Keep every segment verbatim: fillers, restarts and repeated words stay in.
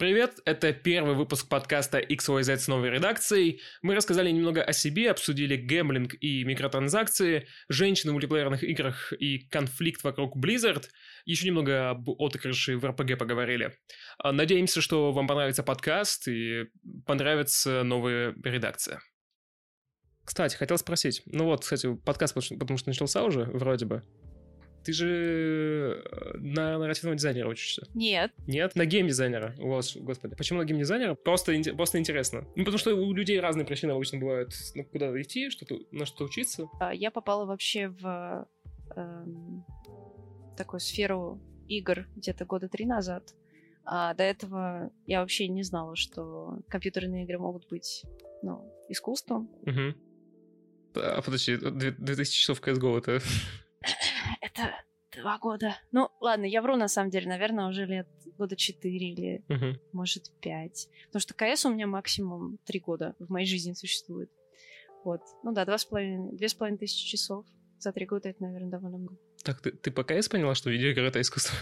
Привет, это первый выпуск подкаста икс уай зет с новой редакцией. Мы рассказали немного о себе, обсудили гэмблинг и микротранзакции, женщины в мультиплеерных играх и конфликт вокруг Blizzard. Еще немного об отыгрыше в эр пи джи поговорили. Надеемся, что вам понравится подкаст и понравится новая редакция. Кстати, хотел спросить. Ну вот, кстати, подкаст потому что начался уже, вроде бы. Ты же на нарративного дизайнера учишься? Нет. Нет? На геймдизайнера? Господи. Почему на геймдизайнера? Просто, просто интересно. Ну, потому что у людей разные причины обычно бывают. Ну, куда идти, что-то, на что учиться. Я попала вообще в э, такую сферу игр где-то года три назад. А до этого я вообще не знала, что компьютерные игры могут быть, ну, искусством. Угу. А, подожди, две тысячи часов си эс го это... Это два года. Ну, ладно, я вру, на самом деле. Наверное, уже лет года четыре или, uh-huh. может, пять. Потому что КС у меня максимум три года в моей жизни существует. Вот. Ну да, два с половиной, две с половиной тысячи часов. За три года это, наверное, довольно много. Так, ты, ты по КС поняла, что видеоигра — это искусство?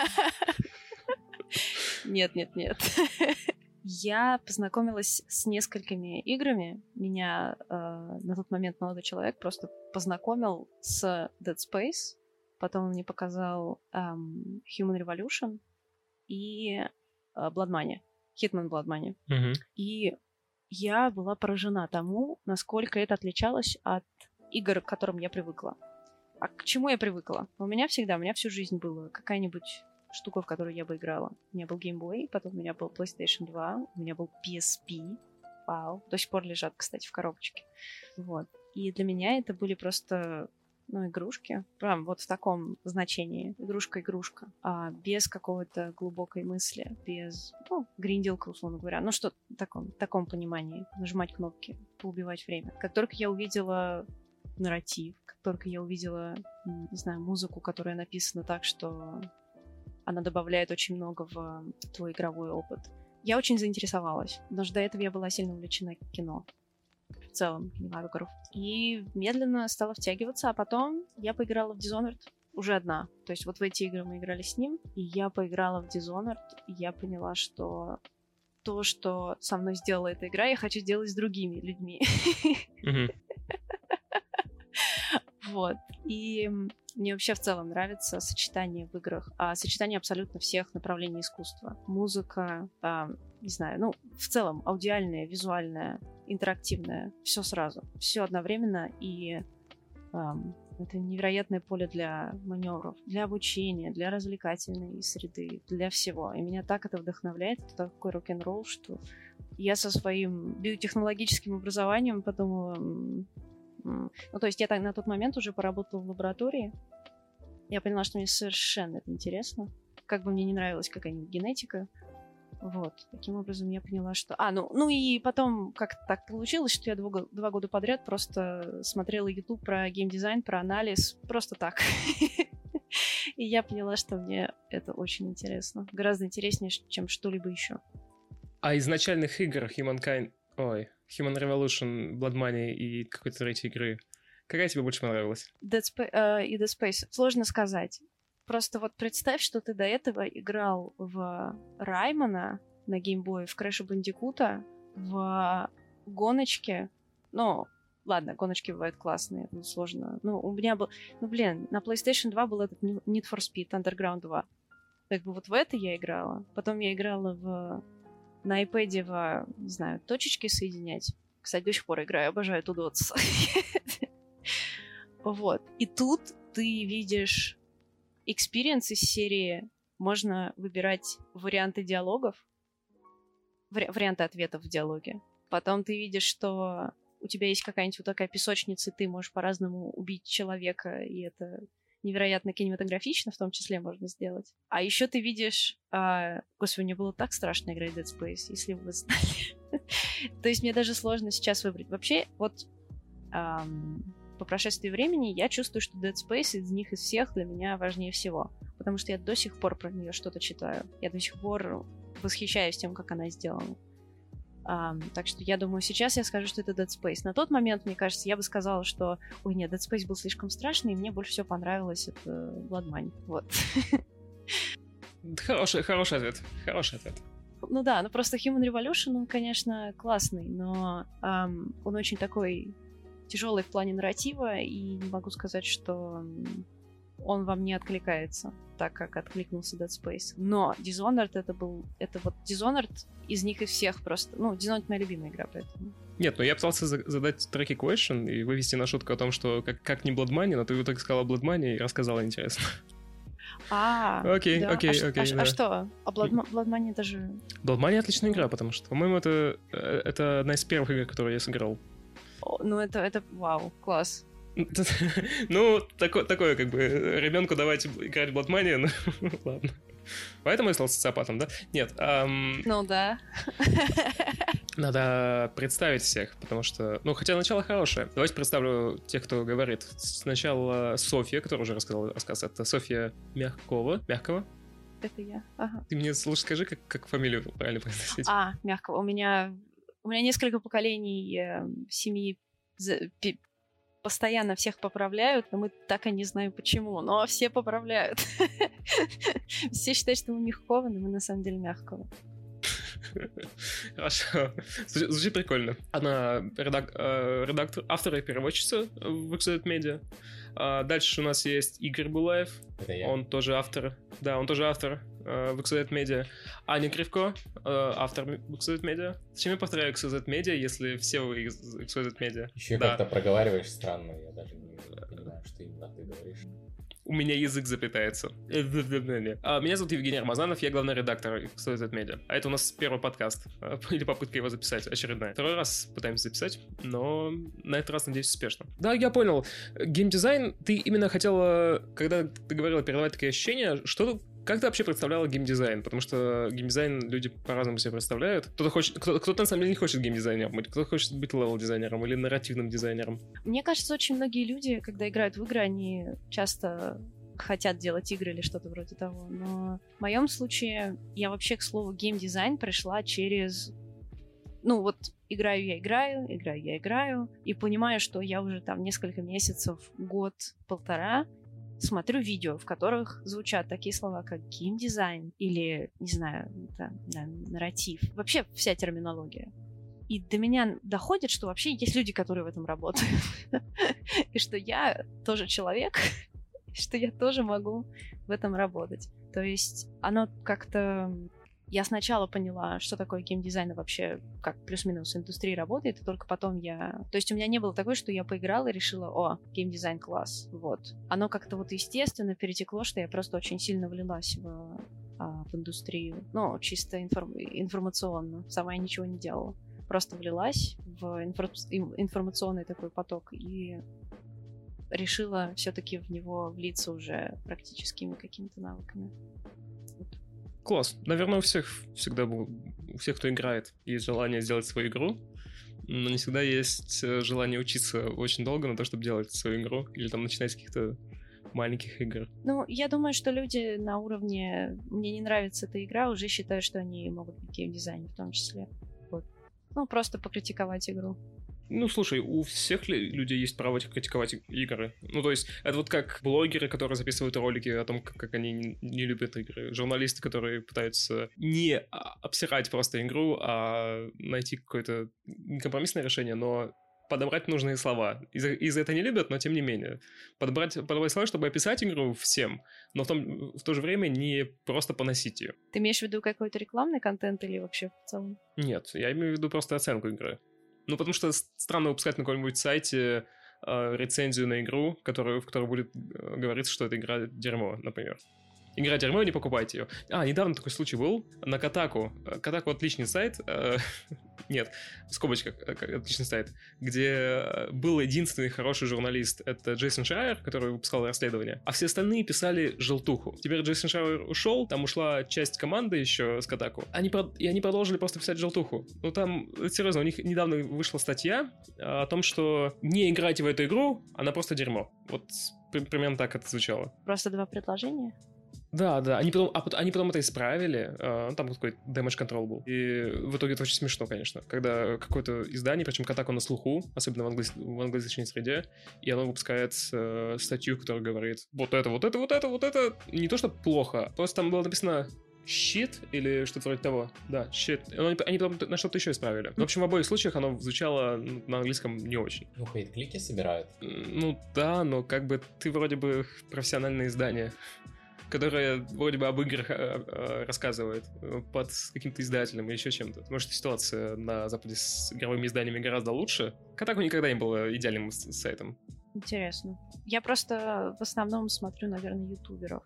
Нет, нет, нет. Я познакомилась с несколькими играми. Меня э, на тот момент молодой человек просто познакомил с Dead Space. Потом он мне показал эм, Human Revolution и э, Blood Money. Hitman Blood Money. Mm-hmm. И я была поражена тому, насколько это отличалось от игр, к которым я привыкла. А к чему я привыкла? У меня всегда, у меня всю жизнь была какая-нибудь штука, в которую я бы играла. У меня был Game Boy, потом у меня был PlayStation два, у меня был пи эс пи. Вау. До сих пор лежат, кстати, в коробочке. Вот. И для меня это были просто, ну, игрушки. Прям вот в таком значении. Игрушка-игрушка. А без какого-то глубокой мысли. Без, ну, гринделка, условно говоря. Ну, что в таком, таком понимании. Нажимать кнопки, поубивать время. Как только я увидела нарратив, как только я увидела, не знаю, музыку, которая написана так, что она добавляет очень много в твой игровой опыт. Я очень заинтересовалась, потому что до этого я была сильно увлечена кино. В целом, кинематограф. И медленно стала втягиваться, а потом я поиграла в Dishonored уже одна. То есть вот в эти игры мы играли с ним, и я поиграла в Dishonored, и я поняла, что то, что со мной сделала эта игра, я хочу сделать с другими людьми. Вот. И мне вообще в целом нравится сочетание в играх, а сочетание абсолютно всех направлений искусства. Музыка, а, не знаю, ну, в целом аудиальное, визуальное, интерактивное, все сразу, все одновременно, и а, это невероятное поле для маневров, для обучения, для развлекательной среды, для всего. И меня так это вдохновляет, это такой рок-н-ролл, что я со своим биотехнологическим образованием подумала... Ну, то есть я так, на тот момент уже поработала в лаборатории. Я поняла, что мне совершенно это интересно. Как бы мне не нравилась какая-нибудь генетика. Вот. Таким образом я поняла, что... А, ну, ну и потом как-то так получилось, что я два, два года подряд просто смотрела YouTube про геймдизайн, про анализ. Просто так. И я поняла, что мне это очень интересно. Гораздо интереснее, чем что-либо еще. А из начальных игр Humankind... Ой... Human Revolution, Blood Money и какой-то третьей игры. Какая тебе больше понравилась? Dead Space, э, и Dead Space. Сложно сказать. Просто вот представь, что ты до этого играл в Раймана на геймбое, в Crash Bandicoot, в гоночке. Ну, ладно, гоночки бывают классные, ну, сложно. Ну, у меня был... Ну, блин, на PlayStation два был этот Need for Speed, Underground два. Как бы вот в это я играла. Потом я играла в... На iPad в, не знаю, точечки соединять. Кстати, до сих пор играю, обожаю тудоться. Вот. И тут ты видишь experience из серии. Можно выбирать варианты диалогов, вари- варианты ответов в диалоге. Потом ты видишь, что у тебя есть какая-нибудь вот такая песочница, и ты можешь по-разному убить человека, и это... невероятно кинематографично, в том числе можно сделать. А еще ты видишь... А... Господи, мне было так страшно играть в Dead Space, если бы вы знали. То есть мне даже сложно сейчас выбрать. Вообще, вот ам, по прошествии времени я чувствую, что Dead Space из них, из всех, для меня важнее всего. Потому что я до сих пор про нее что-то читаю. Я до сих пор восхищаюсь тем, как она сделана. Um, так что я думаю, сейчас я скажу, что это Dead Space. На тот момент, мне кажется, я бы сказала, что ой, нет, Dead Space был слишком страшный, и мне больше всего понравилось это Blood Money. Вот. Хороший, хороший ответ. Хороший ответ. Ну да, ну просто Human Revolution, он, конечно, классный, но эм, он очень такой тяжелый в плане нарратива, и не могу сказать, что он вам не откликается, так как откликнулся Dead Space. Но Dishonored это был... Это вот Dishonored из них из всех просто... Ну, Dishonored моя любимая игра, поэтому... Нет, ну я пытался задать tricky question и вывести на шутку о том, что как, как не Blood Money, но ты так сказала Blood Money и рассказала интересно. А, окей, да. окей, а, окей, а, да. а что? А Blood, Blood Money это же... Blood Money отличная игра, потому что, по-моему, это, это одна из первых игр, которые я сыграл. О, ну это, это, вау, класс. Ну, такое, такое, как бы, ребенку давайте играть в Blood Money, ну, ладно. Поэтому я стал социопатом, да? Нет. Эм... Ну да. Надо представить всех, потому что... Ну, хотя начало хорошее. Давайте представлю тех, кто говорит. Сначала Софья, которая уже рассказала рассказ. Это Софья Мягкова. Мягкова? Это я. Ага. Ты мне лучше скажи, как, как фамилию правильно произносить. А, Мягкова. У меня, у меня несколько поколений э, семьи за, пи, постоянно всех поправляют, но мы так и не знаем почему, но все поправляют. Все считают, что мы Мягкова, но мы на самом деле Мягкова. Хорошо. Звучит прикольно. Она редак... редактор, автор и переводчица в Exodus Media. А дальше у нас есть Игорь Булаев. Это я. Он тоже автор. Да, он тоже автор э, в Exodus Media. Аня Кривко, э, автор в Exodus Media. Зачем я повторяю Exodus Media, если все вы из Exodus Media? Еще да. как-то проговариваешь странно, я даже не понимаю, что именно ты говоришь. У меня язык заплетается. Меня зовут Евгений Рамазанов, я главный редактор Exodus Media. А это у нас первый подкаст, или попытка его записать, очередная. Второй раз пытаемся записать, но на этот раз, надеюсь, успешно. Да, я понял. Геймдизайн, ты именно хотела, когда ты говорила, передавать такие ощущения, что как ты вообще представляла геймдизайн? Потому что геймдизайн люди по-разному себе представляют. Кто-то хочет, кто- кто-то на самом деле не хочет геймдизайнером быть, кто-то хочет быть левел-дизайнером или нарративным дизайнером. Мне кажется, очень многие люди, когда играют в игры, они часто хотят делать игры или что-то вроде того. Но в моем случае я вообще, к слову, геймдизайн пришла через... Ну вот, играю я играю, играю я играю, и понимаю, что я уже там несколько месяцев, год, полтора смотрю видео, в которых звучат такие слова, как геймдизайн или, не знаю, да, да, нарратив. Вообще вся терминология. И до меня доходит, что вообще есть люди, которые в этом работают. И что я тоже человек, что я тоже могу в этом работать. То есть оно как-то... Я сначала поняла, что такое геймдизайн и вообще, как плюс-минус индустрия работает, и только потом я... То есть у меня не было такой, что я поиграла и решила, о, геймдизайн класс, вот. Оно как-то вот естественно перетекло, что я просто очень сильно влилась в, а, в индустрию. Ну, чисто информ... информационно. Сама я ничего не делала. Просто влилась в инфор... информационный такой поток и решила все-таки в него влиться уже практическими какими-то навыками. Класс. Наверное, у всех всегда был, у всех, кто играет, есть желание сделать свою игру, но не всегда есть желание учиться очень долго на то, чтобы делать свою игру, или там начинать с каких-то маленьких игр. Ну, я думаю, что люди на уровне «мне не нравится эта игра» уже считают, что они могут быть геймдизайнером в том числе. Вот. Ну, просто покритиковать игру. Ну, слушай, у всех ли людей есть право критиковать игры? Ну, то есть, это вот как блогеры, которые записывают ролики о том, как, как они не, не любят игры, журналисты, которые пытаются не обсирать просто игру, а найти какое-то компромиссное решение, но подобрать нужные слова. И за, и за это не любят, но тем не менее. Подобрать, подобрать слова, чтобы описать игру всем, но в, том, в то же время не просто поносить ее. Ты имеешь в виду какой-то рекламный контент или вообще в целом? Нет, я имею в виду просто оценку игры. Ну, потому что странно выпускать на каком-нибудь сайте э, рецензию на игру, которую, в которой будет э, говориться, что эта игра дерьмо, например. Игра дерьмо, не покупайте ее. А, недавно такой случай был на Kotaku. Kotaku отличный сайт. Э, нет, в скобочках отличный сайт, где был единственный хороший журналист. Это Джейсон Шрайер, который выпускал расследование. А все остальные писали желтуху. Теперь Джейсон Шрайер ушел, там ушла часть команды еще с Kotaku. Они, и они продолжили просто писать желтуху. Ну там, серьезно, у них недавно вышла статья о том, что не играйте в эту игру, она просто дерьмо. Вот примерно так это звучало. Просто два предложения? Да, да, они потом, а, они потом это исправили, э, там какой-то damage control был. И в итоге это очень смешно, конечно, когда какое-то издание, причем Kotaku на слуху, особенно в, англо- в англоязычной среде, и оно выпускает э, статью, которая говорит, вот это, вот это, вот это, вот это, не то что плохо, просто там было написано щит или что-то вроде того. Да, щит. Они, они потом на что-то еще исправили. В общем, в обоих случаях оно звучало на английском не очень. Ну, хейт-клики собирают. Ну да, но как бы ты вроде бы профессиональное издание, которое вроде бы об играх рассказывает под каким-то издателем или еще чем-то. Может, ситуация на Западе с игровыми изданиями гораздо лучше. Kotaku никогда не было идеальным сайтом. Интересно. Я просто в основном смотрю, наверное, ютуберов.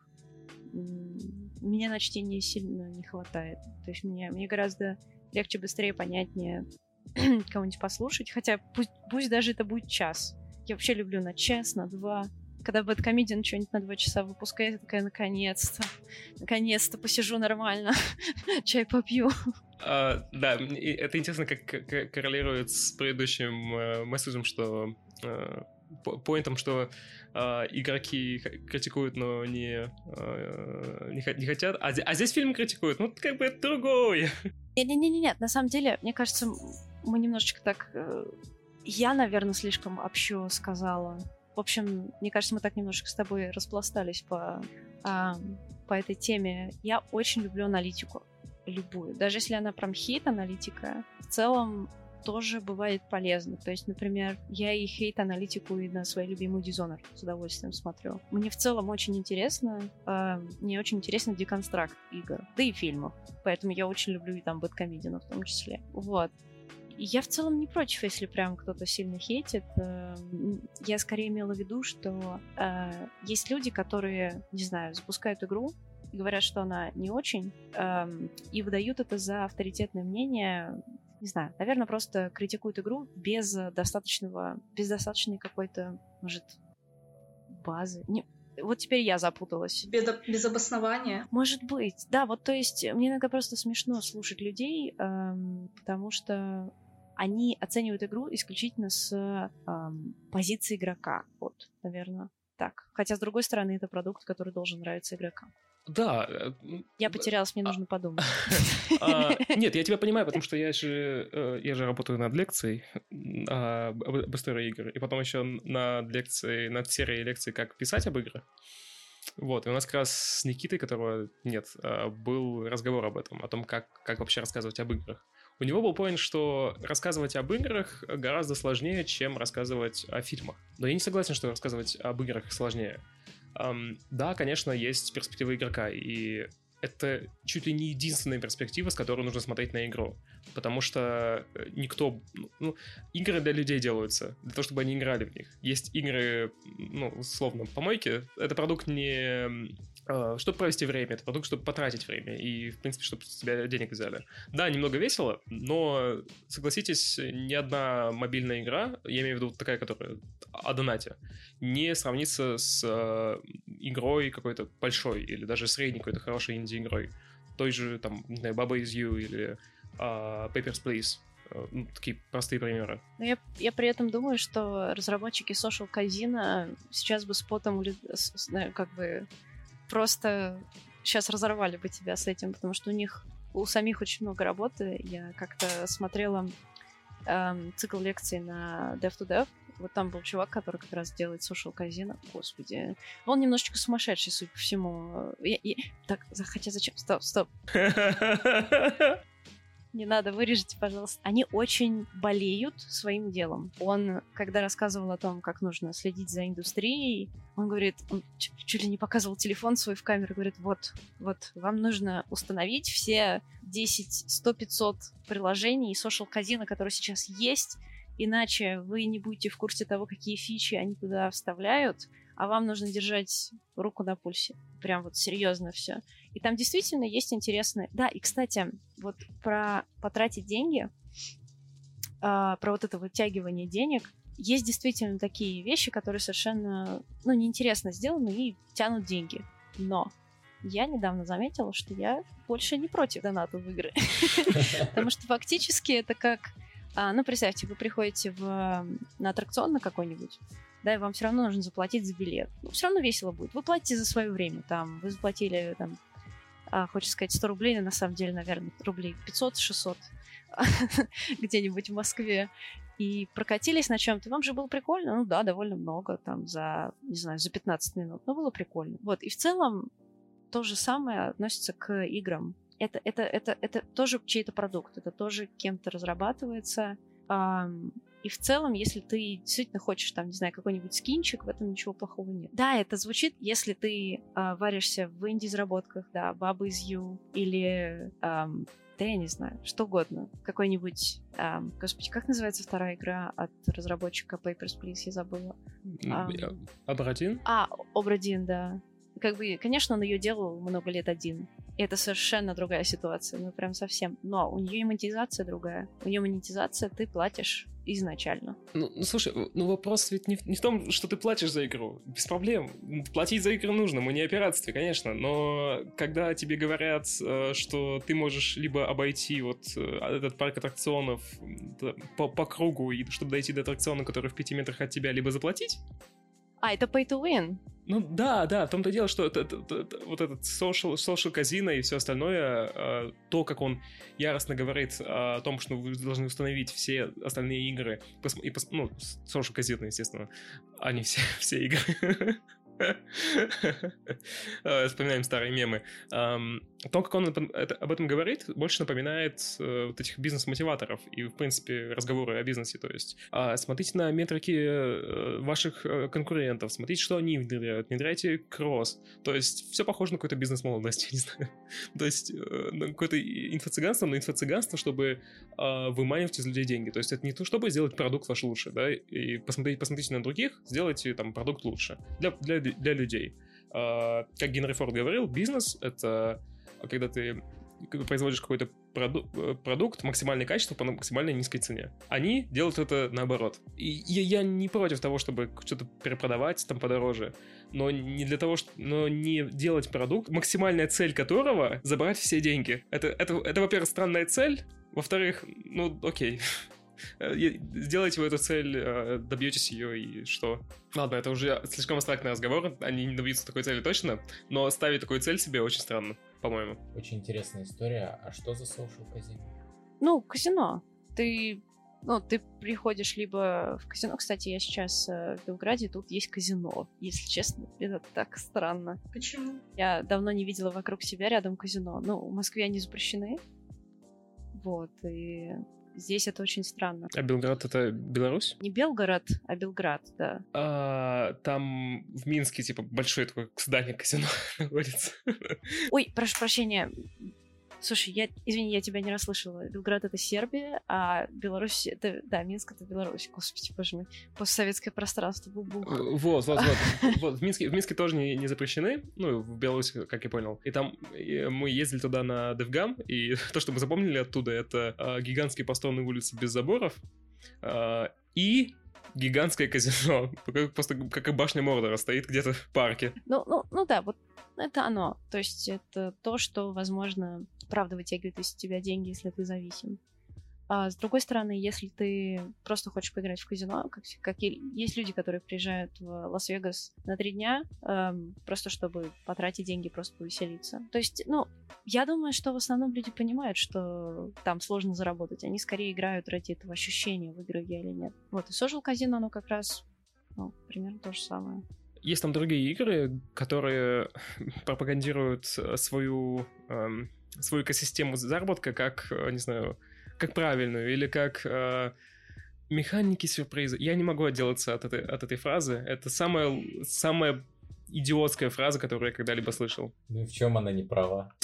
Мне на чтение сильно не хватает. То есть мне, мне гораздо легче, быстрее, понятнее кого-нибудь послушать. Хотя пусть, пусть даже это будет час. Я вообще люблю на час, на два. Когда Bad-Comedian что-нибудь на два часа выпускает, я такая, наконец-то, наконец-то посижу нормально, чай попью. А, да, это интересно, как коррелирует с предыдущим э, месседжем, что э, поинтом, что э, игроки критикуют, но не, э, не, не хотят, а, а здесь фильм критикуют, ну, как бы это другое. Не-не-не-не, на самом деле, мне кажется, мы немножечко так... Э, я, наверное, слишком общо сказала. В общем, мне кажется, мы так немножко с тобой распластались по, а, по этой теме. Я очень люблю аналитику. Любую. Даже если она прям хейт-аналитика, в целом тоже бывает полезно. То есть, например, я и хейт-аналитику и на свою любимую Dishonored с удовольствием смотрю. Мне в целом очень интересно, э, мне очень интересно деконстракт игр, да и фильмов. Поэтому я очень люблю и там Bad-Comedian в том числе. Вот. Я в целом не против, если прям кто-то сильно хейтит. Я скорее имела в виду, что э, есть люди, которые, не знаю, запускают игру и говорят, что она не очень, э, и выдают это за авторитетное мнение. Не знаю, наверное, просто критикуют игру без достаточного, без достаточной какой-то, может, базы. Не, вот теперь я запуталась. Без, без обоснования? Может быть. Да, вот то есть мне иногда просто смешно слушать людей, эм, потому что они оценивают игру исключительно с эм, позиции игрока. Вот, наверное, так. Хотя, с другой стороны, это продукт, который должен нравиться игрокам. Да. Я потерялась, мне нужно подумать. Нет, я тебя понимаю, потому что я же я же работаю над лекцией об истории игр, и потом еще над лекцией, над серией лекций «Как писать об играх». Вот, и у нас как раз с Никитой, которого нет, был разговор об этом, о том, как, как вообще рассказывать об играх. У него был поинт, что рассказывать об играх гораздо сложнее, чем рассказывать о фильмах. Но я не согласен, что рассказывать об играх сложнее. Um, да, конечно, есть перспектива игрока, и это чуть ли не единственная перспектива, с которой нужно смотреть на игру. Потому что никто... Ну, игры для людей делаются, для того, чтобы они играли в них. Есть игры, ну, условно, помойки. Это продукт не... Чтобы провести время, это продукт, чтобы потратить время и, в принципе, чтобы с тебя денег взяли. Да, немного весело, но, согласитесь, ни одна мобильная игра, я имею в виду такая, которая о донате, не сравнится с э, игрой какой-то большой или даже средней какой-то хорошей инди-игрой. Той же, там, не знаю, Baba Is You или э, Papers, Please. Э, ну, такие простые примеры. Но я, я при этом думаю, что разработчики Social Casino сейчас бы с потом, как бы, просто сейчас разорвали бы тебя с этим, потому что у них, у самих очень много работы. Я как-то смотрела эм, цикл лекций на Dev to Dev. Вот там был чувак, который как раз делает Social Casino. Господи. Он немножечко сумасшедший, судя по всему. Я, я... Так, хотя зачем? Стоп, стоп. Не надо, вырежите, пожалуйста. Они очень болеют своим делом. Он, когда рассказывал о том, как нужно следить за индустрией, он говорит, он чуть ли не показывал телефон свой в камеру, говорит, вот, вот, вам нужно установить все десять, сто, пятьсот приложений Social Casino, которые сейчас есть, иначе вы не будете в курсе того, какие фичи они туда вставляют, а вам нужно держать руку на пульсе. Прям вот серьезно все. И там действительно есть интересные... Да, и, кстати, вот про потратить деньги, э, про вот это вытягивание денег, есть действительно такие вещи, которые совершенно, ну, неинтересно сделаны и тянут деньги. Но я недавно заметила, что я больше не против доната в игры. Потому что фактически это как... Ну, представьте, вы приходите в, на аттракцион на какой-нибудь, да, и вам все равно нужно заплатить за билет. Ну, все равно весело будет. Вы платите за свое время. Там, вы заплатили, там, а, хочется сказать, сто рублей, но на самом деле, наверное, рублей пятьсот-шестьсот где-нибудь в Москве. И прокатились на чем-то. Вам же было прикольно? Ну да, довольно много, там, за, не знаю, за пятнадцать минут. Но было прикольно. Вот, и в целом то же самое относится к играм. Это, это, это, это тоже чей-то продукт, это тоже кем-то разрабатывается. И в целом, если ты действительно хочешь, там, не знаю, какой-нибудь скинчик, в этом ничего плохого нет. Да, это звучит, если ты а, варишься в инди-разработках, да, Baba Is You, или, ам, да, я не знаю, что угодно. Какой-нибудь, ам, господи, как называется вторая игра от разработчика Papers, Please, я забыла. Обрадин? А, Обрадин, да. Как бы, конечно, он ее делал много лет один. И это совершенно другая ситуация, ну прям совсем. Но у нее и монетизация другая. У нее монетизация, ты платишь изначально. Ну, ну слушай, ну вопрос ведь не в, не в том, что ты платишь за игру. Без проблем. Платить за игры нужно, мы не о пиратстве, конечно. Но когда тебе говорят, что ты можешь либо обойти вот этот парк аттракционов по, по кругу, и чтобы дойти до аттракциона, который в пяти метрах от тебя, либо заплатить. А, это pay to win. Ну да, да, в том-то и дело, что это, это, это, вот этот social, social казино и все остальное, э, то, как он яростно говорит о том, что вы должны установить все остальные игры, пос, и пос, ну, social казино, естественно, а не все, все игры. Вспоминаем старые мемы. То, как он об этом говорит, больше напоминает вот этих бизнес-мотиваторов и, в принципе, разговоры о бизнесе. То есть смотрите на метрики ваших конкурентов, смотрите, что они внедряют, внедряйте кросс. То есть все похоже на какой-то бизнес-молодость, я не знаю. То есть какое-то инфо-цыганство, но инфо-цыганство, чтобы выманивать из людей деньги. То есть это не то, чтобы сделать продукт ваш лучше, да, и посмотрите, посмотрите на других, сделайте там продукт лучше. Для, для, для людей. Как Генри Форд говорил, бизнес — это когда ты производишь какой-то проду- продукт максимальное качество по максимально низкой цене. Они делают это наоборот. И я, я не против того, чтобы что-то перепродавать там подороже, но не для того, что, но не делать продукт, максимальная цель которого — забрать все деньги. Это, это, это во-первых, странная цель, во-вторых, ну, окей. Сделайте вы эту цель, добьетесь ее, и что? Ладно, это уже слишком абстрактный разговор, они не добьются такой цели точно, но ставить такую цель себе очень странно, по-моему. Очень интересная история. А что за social казино? Ну, казино. Ты, ну, ты приходишь либо в казино. Кстати, я сейчас в Белграде, тут есть казино. Если честно, это так странно. Почему? Я давно не видела вокруг себя рядом казино. Ну, в Москве они запрещены. Вот, и... Здесь это очень странно. А Белград — это Беларусь? Не Белгород, а Белград, да. А, там в Минске, типа, большое такое здание казино находится. Ой, прошу прощения. Слушай, я, извини, я тебя не расслышала. Белград — это Сербия, а Беларусь — это... Да, Минск — это Беларусь. Господи, боже мой. Постсоветское пространство. Бу-бух. Вот, вот, вот. вот. В, Минске, в Минске тоже не, не запрещены, ну, в Беларуси, как я понял. И там и мы ездили туда на DevGam, и то, что мы запомнили оттуда, это а, гигантские построенные улицы без заборов а, и... гигантское казино, просто как и башня Мордора стоит где-то в парке. Ну, ну, ну да, вот это оно. То есть это то, что, возможно, правда вытягивает из тебя деньги, если ты зависим. А с другой стороны, если ты просто хочешь поиграть в казино, как, как и, есть люди, которые приезжают в Лас-Вегас на три дня, эм, просто чтобы потратить деньги, просто повеселиться. То есть, ну, я думаю, что в основном люди понимают, что там сложно заработать. Они скорее играют ради этого ощущения, выиграю я или нет. Вот, и social казино, оно как раз, ну, примерно то же самое. Есть там другие игры, которые пропагандируют свою, эм, свою экосистему заработка как, не знаю, как правильную, или как э, механики сюрприза. Я не могу отделаться от этой, от этой фразы. Это самая, самая идиотская фраза, которую я когда-либо слышал. Ну и в чем она не права?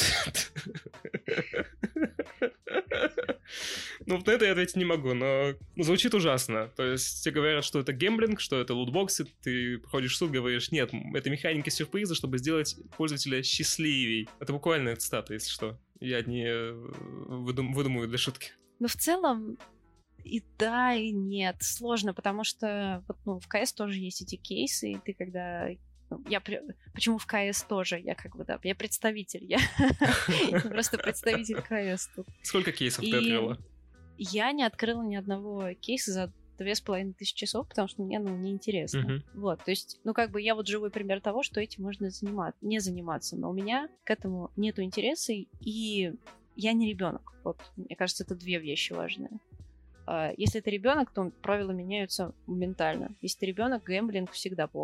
Ну, на это я ответить не могу, но звучит ужасно. То есть тебе говорят, что это гэмблинг, что это лутбоксы, ты приходишь в суд, говоришь, нет, это механики сюрприза, чтобы сделать пользователя счастливей. Это буквально цитата, если что. Я не выдум- выдумываю для шутки. Но в целом и да, и нет. Сложно, потому что вот, ну, в КС тоже есть эти кейсы, и ты когда... Ну, я при... Почему в КС тоже? Я как бы, да, я представитель. Я просто представитель КС тут. Сколько кейсов ты открыла? Я не открыла ни одного кейса за две с половиной тысячи часов, потому что мне, ну, неинтересно. Uh-huh. Вот, то есть, ну, как бы я вот живой пример того, что этим можно заниматься, не заниматься, но у меня к этому нету интереса, и я не ребенок. Вот, мне кажется, это две вещи важные. Если ты ребенок, то правила меняются моментально. Если ты ребенок, гэмблинг всегда плохо.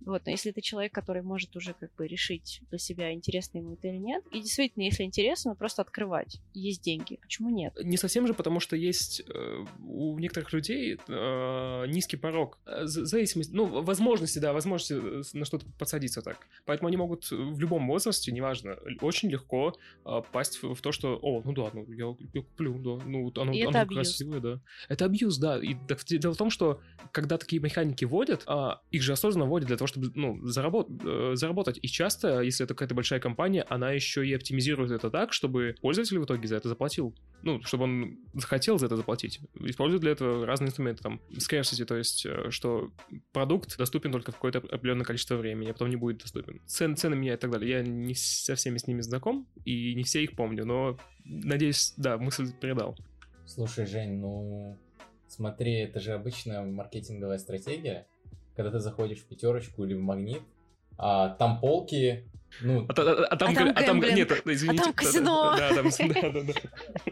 Вот, но если ты человек, который может уже как бы решить для себя, интересно ему это или нет, и действительно, если интересно, просто открывать. Есть деньги. Почему нет? Не совсем же, потому что есть э, у некоторых людей э, низкий порог. Э, зависимость, ну, возможности, да, возможности на что-то подсадиться так. Поэтому они могут в любом возрасте, неважно, очень легко э, пасть в, в то, что, о, ну да, ну, я, я куплю, да, ну, оно, И оно это красивое, да. Это абьюз, да. И так, дело в том, что когда такие механики вводят, э, их же осознанно вводят для того, чтобы, ну, заработ, э, заработать. И часто, если это какая-то большая компания, она еще и оптимизирует это так, чтобы пользователь в итоге за это заплатил. Ну, чтобы он захотел за это заплатить. Используют для этого разные инструменты. Там, scarcity, то есть, что продукт доступен только в какое-то определенное количество времени, а потом не будет доступен. Цен, цены меняют и так далее. Я не со всеми с ними знаком, и не все их помню, но, надеюсь, да, мысль передал. Слушай, Жень, ну, смотри, это же обычная маркетинговая стратегия, когда ты заходишь в пятерочку или в Магнит, а там полки, ну... А, а, а, там, а там а там гэмблинг, нет, извините. А там казино. Да, да, да, да, да.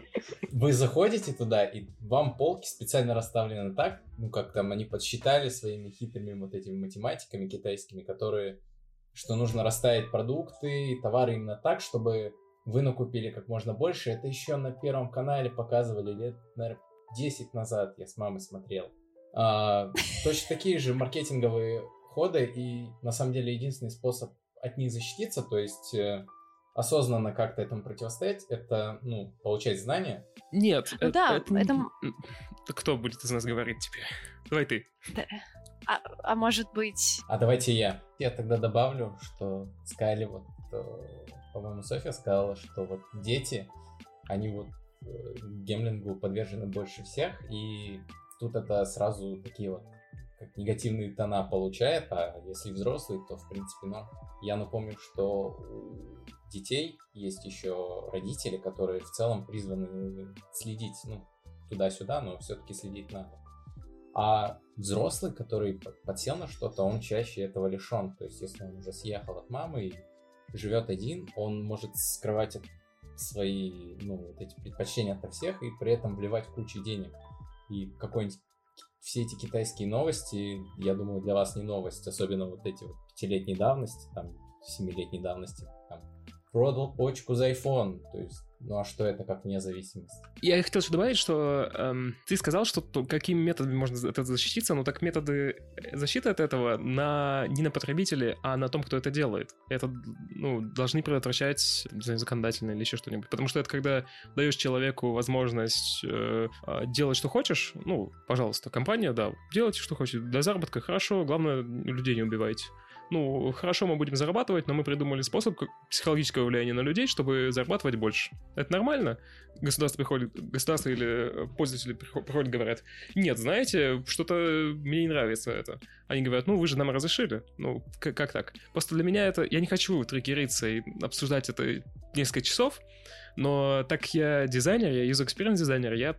Вы заходите туда, и вам полки специально расставлены так, ну, как там они подсчитали своими хитрыми вот этими математиками китайскими, которые, что нужно расставить продукты и товары именно так, чтобы вы накупили как можно больше. Это еще на Первом канале показывали лет, наверное, десять назад, я с мамой смотрел. А, точно такие же маркетинговые ходы, и на самом деле единственный способ от них защититься, то есть э, осознанно как-то этому противостоять, это, ну, получать знания. Нет, Ну это, да, это... это- Кто будет из нас говорить теперь? Давай ты. Да. А, а может быть... А давайте я. Я тогда добавлю, что сказали вот, э, по-моему, Софья сказала, что вот дети, они вот э, гемблингу подвержены больше всех, и тут это сразу такие вот как негативные тона получает, а если взрослый, то в принципе норм. Я напомню, что у детей есть еще родители, которые в целом призваны следить, ну, туда-сюда, но все-таки следить надо. А взрослый, который подсел на что-то, он чаще этого лишен. То есть, если он уже съехал от мамы и живет один, он может скрывать свои, ну, вот эти предпочтения от всех и при этом вливать кучу денег. И какой-нибудь все эти китайские новости, я думаю, для вас не новость, особенно вот эти вот пятилетней давности, там, семилетней давности, там, продал почку за iPhone, то есть, ну а что это как независимость? Я хотел еще добавить, что эм, ты сказал, что то, какими методами можно от этого защититься, но так методы защиты от этого на, не на потребителе, а на том, кто это делает. Это, ну, должны предотвращать, не знаю, законодательно или еще что-нибудь. Потому что это когда даешь человеку возможность э, делать, что хочешь, ну, пожалуйста, компания, да, делайте, что хочете. Для заработка хорошо, главное, людей не убивайте. Ну, хорошо, мы будем зарабатывать, но мы придумали способ психологического влияния на людей, чтобы зарабатывать больше. Это нормально? Государство приходит, государство или пользователи приходят и говорят: нет, знаете, что-то мне не нравится это. Они говорят: ну, вы же нам разрешили. Ну, как, как так? Просто для меня это... Я не хочу трекериться и обсуждать это несколько часов, но так как я дизайнер, я user experience дизайнер, я,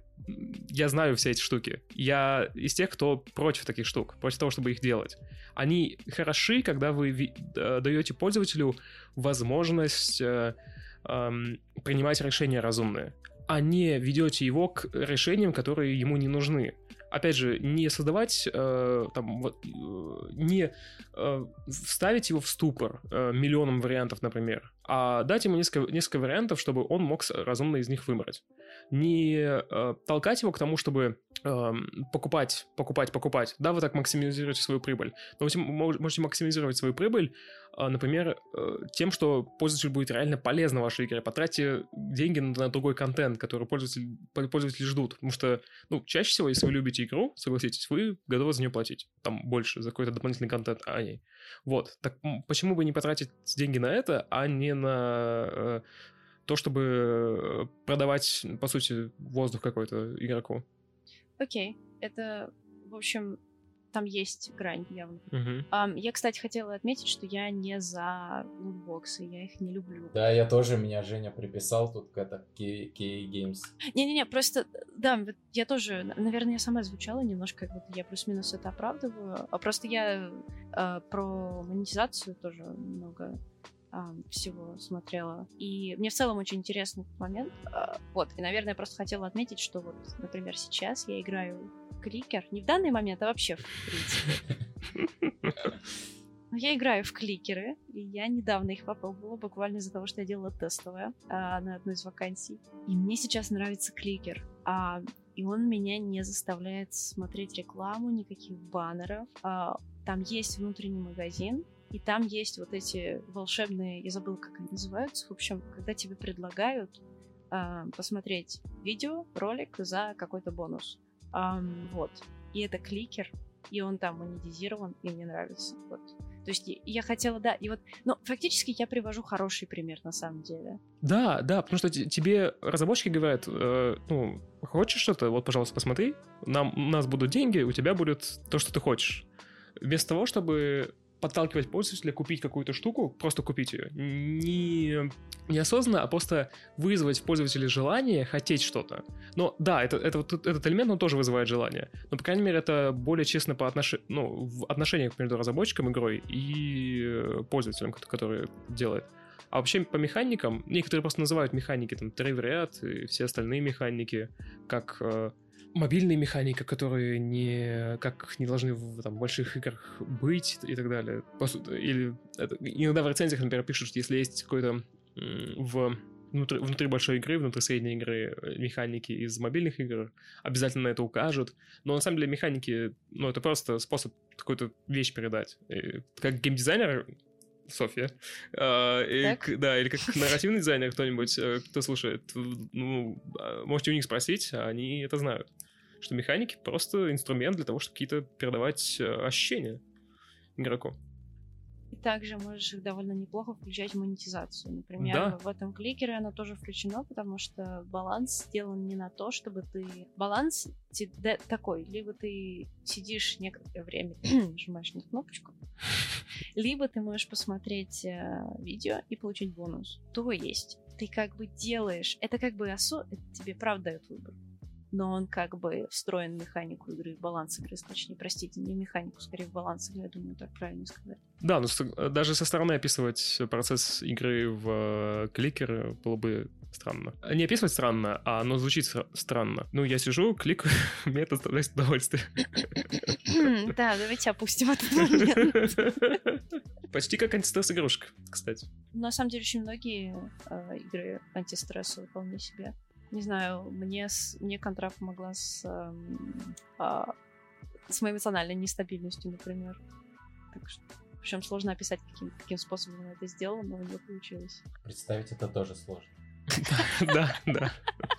я знаю все эти штуки. Я из тех, кто против таких штук, против того, чтобы их делать. Они хороши, когда вы ви- даете пользователю возможность э, э, принимать решения разумные, а не ведете его к решениям, которые ему не нужны. Опять же, не создавать, э, там, вот, э, не э, вставить его в ступор э, миллионом вариантов, например, а дать ему несколько, несколько вариантов, чтобы он мог разумно из них выбрать. Не э, толкать его к тому, чтобы э, покупать, покупать, покупать. Да, вы так максимизируете свою прибыль. Но вы можете максимизировать свою прибыль, э, например, э, тем, что пользователю будет реально полезно в вашей игре. Потратьте деньги на, на другой контент, который пользователь, пользователи ждут. Потому что, ну, чаще всего, если вы любите игру, согласитесь, вы готовы за нее платить. Там больше, за какой-то дополнительный контент, а не. Вот. Так почему бы не потратить деньги на это, а не на э, то, чтобы продавать, по сути, воздух какой-то игроку? Окей, это, в общем, там есть грань явно. Угу. Um, я, кстати, хотела отметить, что я не за лутбоксы, я их не люблю. Да, я тоже, меня Женя приписал тут к это кей эй Games. Не-не-не, просто, да, я тоже, наверное, я сама звучала немножко, как будто я плюс-минус это оправдываю, а просто я э, про монетизацию тоже много э, всего смотрела, и мне в целом очень интересный этот момент, э, вот, и, наверное, я просто хотела отметить, что вот, например, сейчас я играю кликер, не в данный момент, а вообще, в принципе. Но я играю в кликеры, и я недавно их попробовала, буквально из-за того, что я делала тестовое а, на одной из вакансий. И мне сейчас нравится кликер. А, и он меня не заставляет смотреть рекламу, никаких баннеров. А, там есть внутренний магазин, и там есть вот эти волшебные, я забыла, как они называются. В общем, когда тебе предлагают а, посмотреть видео, ролик за какой-то бонус. А, вот. И это кликер, и он там монетизирован, и мне нравится. Вот. То есть я хотела, да, и вот, но фактически я привожу хороший пример на самом деле. Да, да, потому что тебе разработчики говорят, э, ну, хочешь что-то, вот, пожалуйста, посмотри, нам, у нас будут деньги, у тебя будет то, что ты хочешь. Вместо того, чтобы подталкивать пользователя купить какую-то штуку, просто купить ее, не, неосознанно, а просто вызвать в пользователе желание хотеть что-то. Но да, это, это, вот этот элемент, он тоже вызывает желание. Но, по крайней мере, это более честно по отнош... ну, в отношениях между разработчиком игрой и пользователем, который делает. А вообще по механикам, некоторые просто называют механики, там, Трейв-ряд и все остальные механики, как... мобильные механики, которые не, как не должны в там, больших играх быть и так далее. Или это, иногда в рецензиях, например, пишут, что если есть какой-то в, внутри, внутри большой игры, внутри средней игры механики из мобильных игр, обязательно это укажут. Но на самом деле механики, ну, это просто способ какую-то вещь передать. И как геймдизайнер Софья, а, и, да, или как нарративный дизайнер кто-нибудь, кто слушает, ну, можете у них спросить, они это знают, что механики просто инструмент для того, чтобы какие-то передавать ощущения игроку. И также можешь их довольно неплохо включать в монетизацию. Например, да. в этом кликере оно тоже включено, потому что баланс сделан не на то, чтобы ты... Баланс такой, либо ты сидишь некоторое время, нажимаешь на кнопочку, либо ты можешь посмотреть э, видео и получить бонус. То есть ты как бы делаешь... Это как бы осо... это тебе правда дает выбор. Но он как бы встроен в механику игры, в баланс игры, точнее, простите, не механику, скорее в баланс игры, я думаю, так правильно сказать. Да, но даже со стороны описывать процесс игры в кликер было бы странно. Не описывать странно, а оно звучит странно. Ну, я сижу, кликаю, мне это доставляет удовольствие. Да, давайте опустим этот момент. Почти как антистресс-игрушка, кстати. На самом деле, очень многие игры антистрессовые вполне себе. Не знаю, мне, с, мне контра помогла с, эм, а, с моей эмоциональной нестабильностью, например. Так что, причем сложно описать, каким, каким способом я это сделала, но у нее получилось. Представить это тоже сложно. Да, да.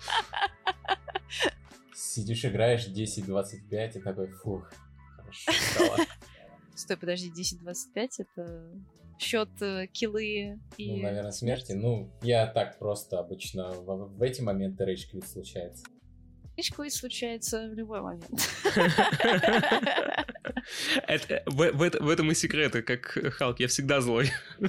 Сидишь, играешь десять двадцать пять и такой, фух, хорошо стало. Стой, подожди, десять двадцать пять это... счет э, киллы и... Ну, наверное, смерти. Ну, я так просто обычно в, в эти моменты рейдж-квит случается. Рейдж-квит случается в любой момент. В этом и секреты, как Халк, я всегда злой.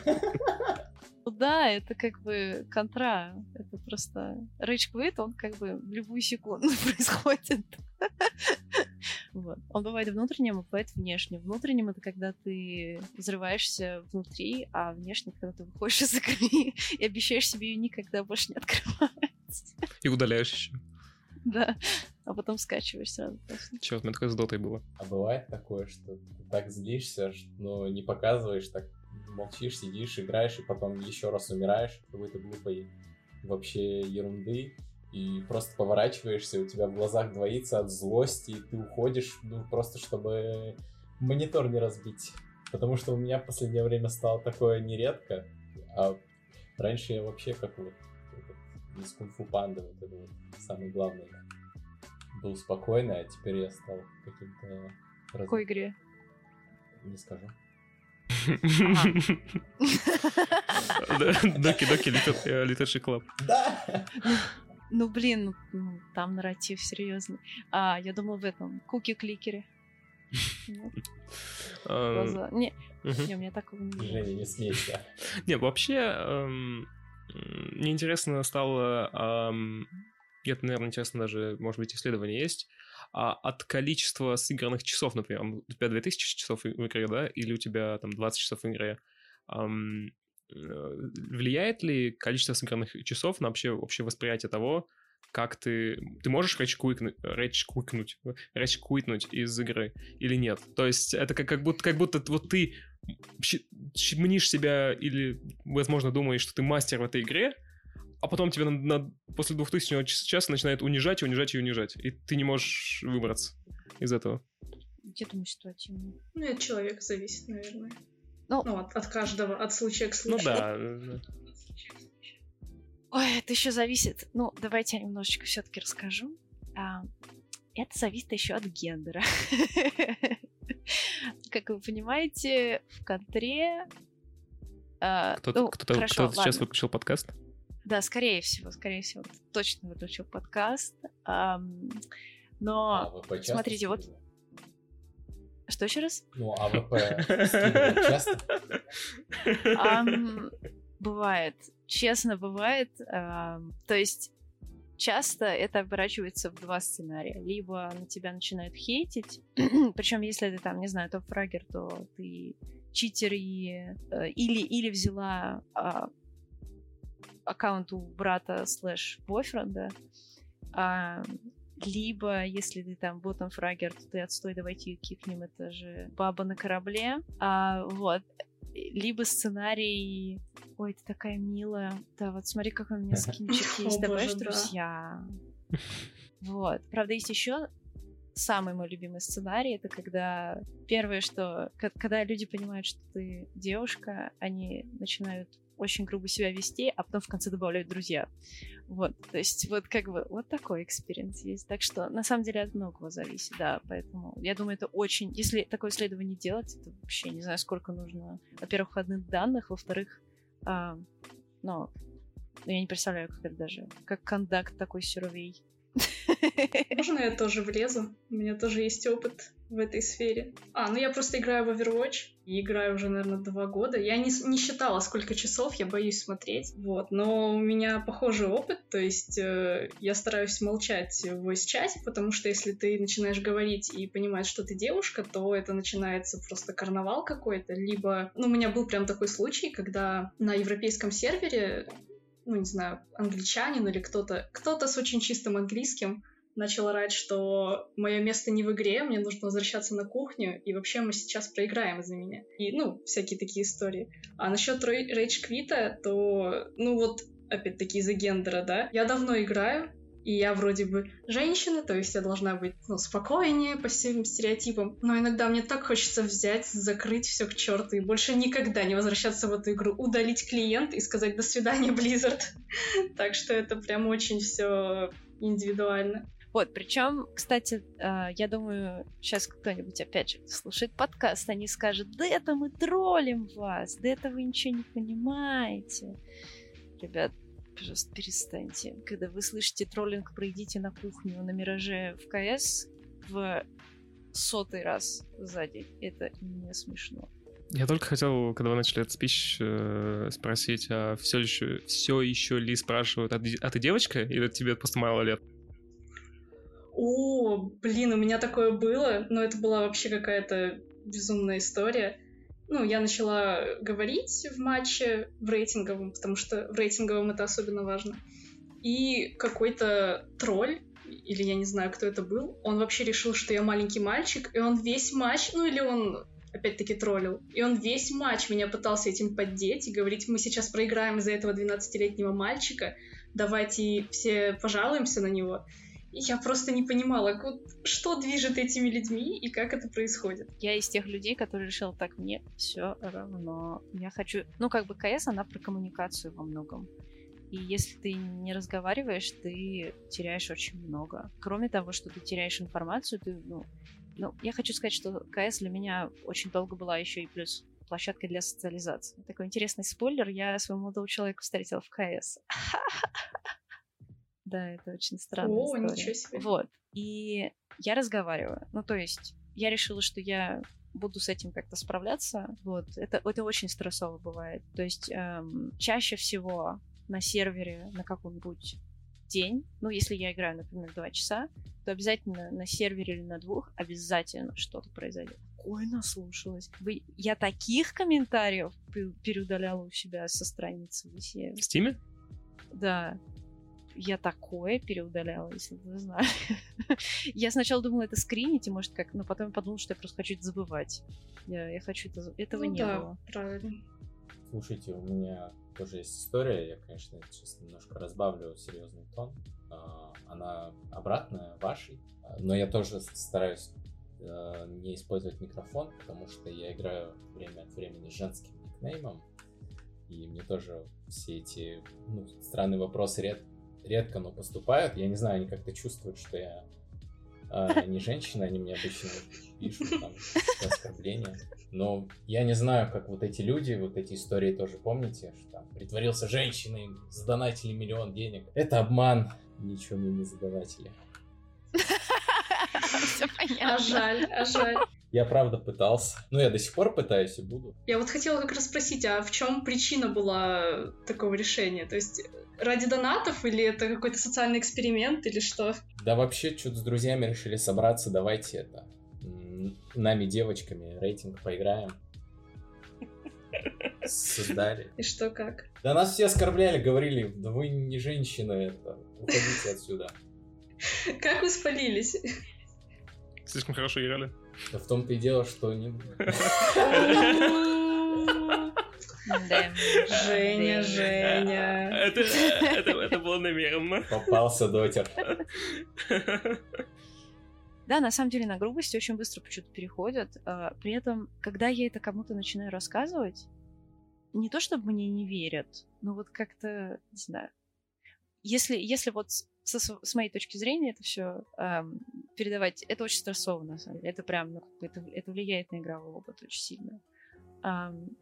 Да, это как бы контра. Это просто... Рейдж-квит, он как бы в любую секунду происходит. Вот. Он бывает внутренним, а бывает внешним. Внутренним — это когда ты взрываешься внутри, а внешне, когда ты выходишь из игры и обещаешь себе ее никогда больше не открывать. И удаляешь еще. Да. А потом скачиваешь сразу после. Черт, у меня такое с дотой было. А бывает такое, что ты так злишься, но не показываешь, так молчишь, сидишь, играешь, и потом еще раз умираешь какой-то глупой вообще ерунды, и просто поворачиваешься, у тебя в глазах двоится от злости, и ты уходишь, ну, просто чтобы монитор не разбить. Потому что у меня в последнее время стало такое нередко, а раньше я вообще как вот из Кунг-фу Панды, вот это вот самый главный, был спокойный, а теперь я стал каким-то... В какой игре? Не скажу. Доки-доки, Literature Club. Да! Ну, блин, ну, там нарратив серьезный. А, я думал в этом, куки-кликере. Не, у меня такого не было. Женя, не смейся. Не, вообще, мне интересно стало, это, наверное, интересно даже, может быть, исследование есть, от количества сыгранных часов, например, у тебя две тысячи часов в игре, да, или у тебя там двадцать часов в игре, влияет ли количество сыгранных часов на вообще общее восприятие того, как ты... Ты можешь рейдж-квикнуть, рейдж-квикнуть, рейдж-квитнуть из игры или нет? То есть это как, как, будто, как будто вот ты мнишь себя или, возможно, думаешь, что ты мастер в этой игре, а потом тебя на, на, после двухтысячного часа начинает унижать, унижать и унижать. И ты не можешь выбраться из этого. Я думаю, ситуативно. Ну, от человека зависит, наверное. Ну, ну от, от каждого, от случая к случаю. Ну да. Ой, это еще зависит. Ну, давайте я немножечко все-таки расскажу. А, это зависит еще от гендера. Как вы понимаете, в контре... Кто-то сейчас выключил подкаст? Да, скорее всего, скорее всего. Точно выключил подкаст. Но, смотрите, вот... Что еще раз? Ну, АВП скидывать часто? Um, бывает. Честно, бывает. Um, то есть часто это оборачивается в два сценария. Либо на тебя начинают хейтить, причем если ты там, не знаю, топ-фрагер, то ты читер и... Или, или взяла а, аккаунт у брата слэш-бойфренда, а, либо, если ты там ботом-фрагер, то ты отстой, давайте ее кикнем, это же баба на корабле. А, вот. Либо сценарий... Ой, ты такая милая. Да, вот смотри, какой у меня скинчик есть. Добавишь друзья. Вот. Правда, есть еще самый мой любимый сценарий. Это когда первое, что... Когда люди понимают, что ты девушка, они начинают очень грубо себя вести, а потом в конце добавляют друзья. Вот, то есть вот как бы вот такой экспириенс есть. Так что на самом деле от многого зависит, да, поэтому я думаю, это очень... Если такое исследование делать, это вообще не знаю, сколько нужно, во-первых, входных данных, во-вторых, а, ну, я не представляю, как это даже, как кондакт такой survey. Можно я тоже влезу? У меня тоже есть опыт в этой сфере. А, ну я просто играю в Overwatch. И играю уже, наверное, два года. Я не, не считала, сколько часов, я боюсь смотреть. Вот. Но у меня похожий опыт. То есть э, я стараюсь молчать в voice-чате, потому что если ты начинаешь говорить и понимаешь, что ты девушка, то это начинается просто карнавал какой-то. Либо... Ну, у меня был прям такой случай, когда на европейском сервере... ну, не знаю, англичанин или кто-то, кто-то с очень чистым английским начал орать, что мое место не в игре, мне нужно возвращаться на кухню, и вообще мы сейчас проиграем из-за меня. И, ну, всякие такие истории. А насчет рейдж-квита, то, ну, вот, опять-таки, из-за гендера, да, я давно играю, и я вроде бы женщина, то есть я должна быть, ну, спокойнее по всем стереотипам, но иногда мне так хочется взять, закрыть все к черту и больше никогда не возвращаться в эту игру, удалить клиент и сказать «до свидания, Blizzard». Так что это прям очень все индивидуально. Вот, причем, кстати, я думаю, сейчас кто-нибудь опять же слушает подкаст, они скажут: да это мы троллим вас, да это вы ничего не понимаете. Ребят, пожалуйста, перестаньте. Когда вы слышите троллинг, пройдите на кухню на Мираже в КС в сотый раз сзади. Это не смешно. Я только хотел, когда вы начали этот спич, э, спросить, а все еще, все еще ли спрашивают, а ты, а ты девочка, или тебе просто мало лет? О, блин, у меня такое было, но это была вообще какая-то безумная история. Ну, я начала говорить в матче, в рейтинговом, потому что в рейтинговом это особенно важно. И какой-то тролль, или я не знаю, кто это был, он вообще решил, что я маленький мальчик, и он весь матч, ну или он опять-таки троллил, и он весь матч меня пытался этим поддеть и говорить: мы сейчас проиграем из-за этого двенадцатилетнего мальчика, давайте все пожалуемся на него. И я просто не понимала, что движет этими людьми и как это происходит. Я из тех людей, которые решил: так, мне все равно. Я хочу... Ну, как бы КС, она про коммуникацию во многом. И если ты не разговариваешь, ты теряешь очень много. Кроме того, что ты теряешь информацию, ты, ну... Ну, я хочу сказать, что КС для меня очень долго была еще и плюс площадкой для социализации. Такой интересный спойлер. Я своего молодого человека встретила в КС. Да, это очень странная О, история. Ничего себе. Вот. И я разговариваю. Ну, то есть, я решила, что я буду с этим как-то справляться. Вот. Это, это очень стрессово бывает. То есть, эм, чаще всего на сервере на какой-нибудь день, ну, если я играю, например, два часа, то обязательно на сервере или на двух обязательно что-то произойдет. Ой, наслушалась. Вы... Я таких комментариев переудаляла у себя со страницы в В Стиме? Да. Я такое переудаляла, если бы вы знали. Я сначала думала это скринить, и может как, но потом подумала, что я просто хочу это забывать. Я, я хочу это... Этого ну, не да, было. Правильно. Слушайте, у меня тоже есть история, я, конечно, сейчас немножко разбавлю серьезный тон. Она обратная вашей, но я тоже стараюсь не использовать микрофон, потому что я играю время от времени с женским никнеймом, и мне тоже все эти ну, странные вопросы ред... редко, но поступают. Я не знаю, они как-то чувствуют, что я э, не женщина, они мне обычно пишут там оскорбления. Но я не знаю, как вот эти люди, вот эти истории тоже помните, что там притворился женщиной, задонатили миллион денег. Это обман, ничего мне не задонатили. Все понятно. А жаль, а жаль. Я правда пытался. Ну, я до сих пор пытаюсь и буду. Я вот хотела как раз спросить, а в чем причина была такого решения? То есть ради донатов или это какой-то социальный эксперимент или что? Да вообще, что-то с друзьями решили собраться, давайте это... Нами, девочками, рейтинг поиграем. Создали. И что, как? Да нас все оскорбляли, говорили, да вы не женщина, это, уходите отсюда. Как вы спалились? Слишком хорошо играли. Да в том-то и дело, что не... Женя, Женя. Это, это, это было намеренно. Попался дотер. Да, на самом деле на грубости очень быстро почему-то переходят. При этом, когда я это кому-то начинаю рассказывать, не то чтобы мне не верят, но вот как-то, не знаю. Если, если вот со, с моей точки зрения это все эм, передавать, это очень стрессово, на самом деле. Это прям, ну, это, это влияет на игровой опыт очень сильно. Эм,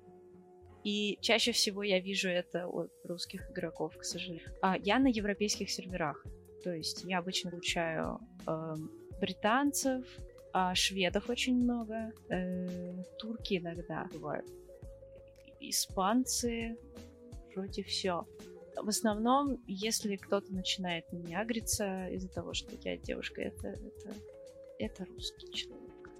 и чаще всего я вижу это от русских игроков, к сожалению. А я на европейских серверах. То есть я обычно получаю эм, британцев, а шведов очень много, э, турки иногда бывают, испанцы, вроде все. В основном, если кто-то начинает на меня агриться из-за того, что я девушка, это, это, это русский человек.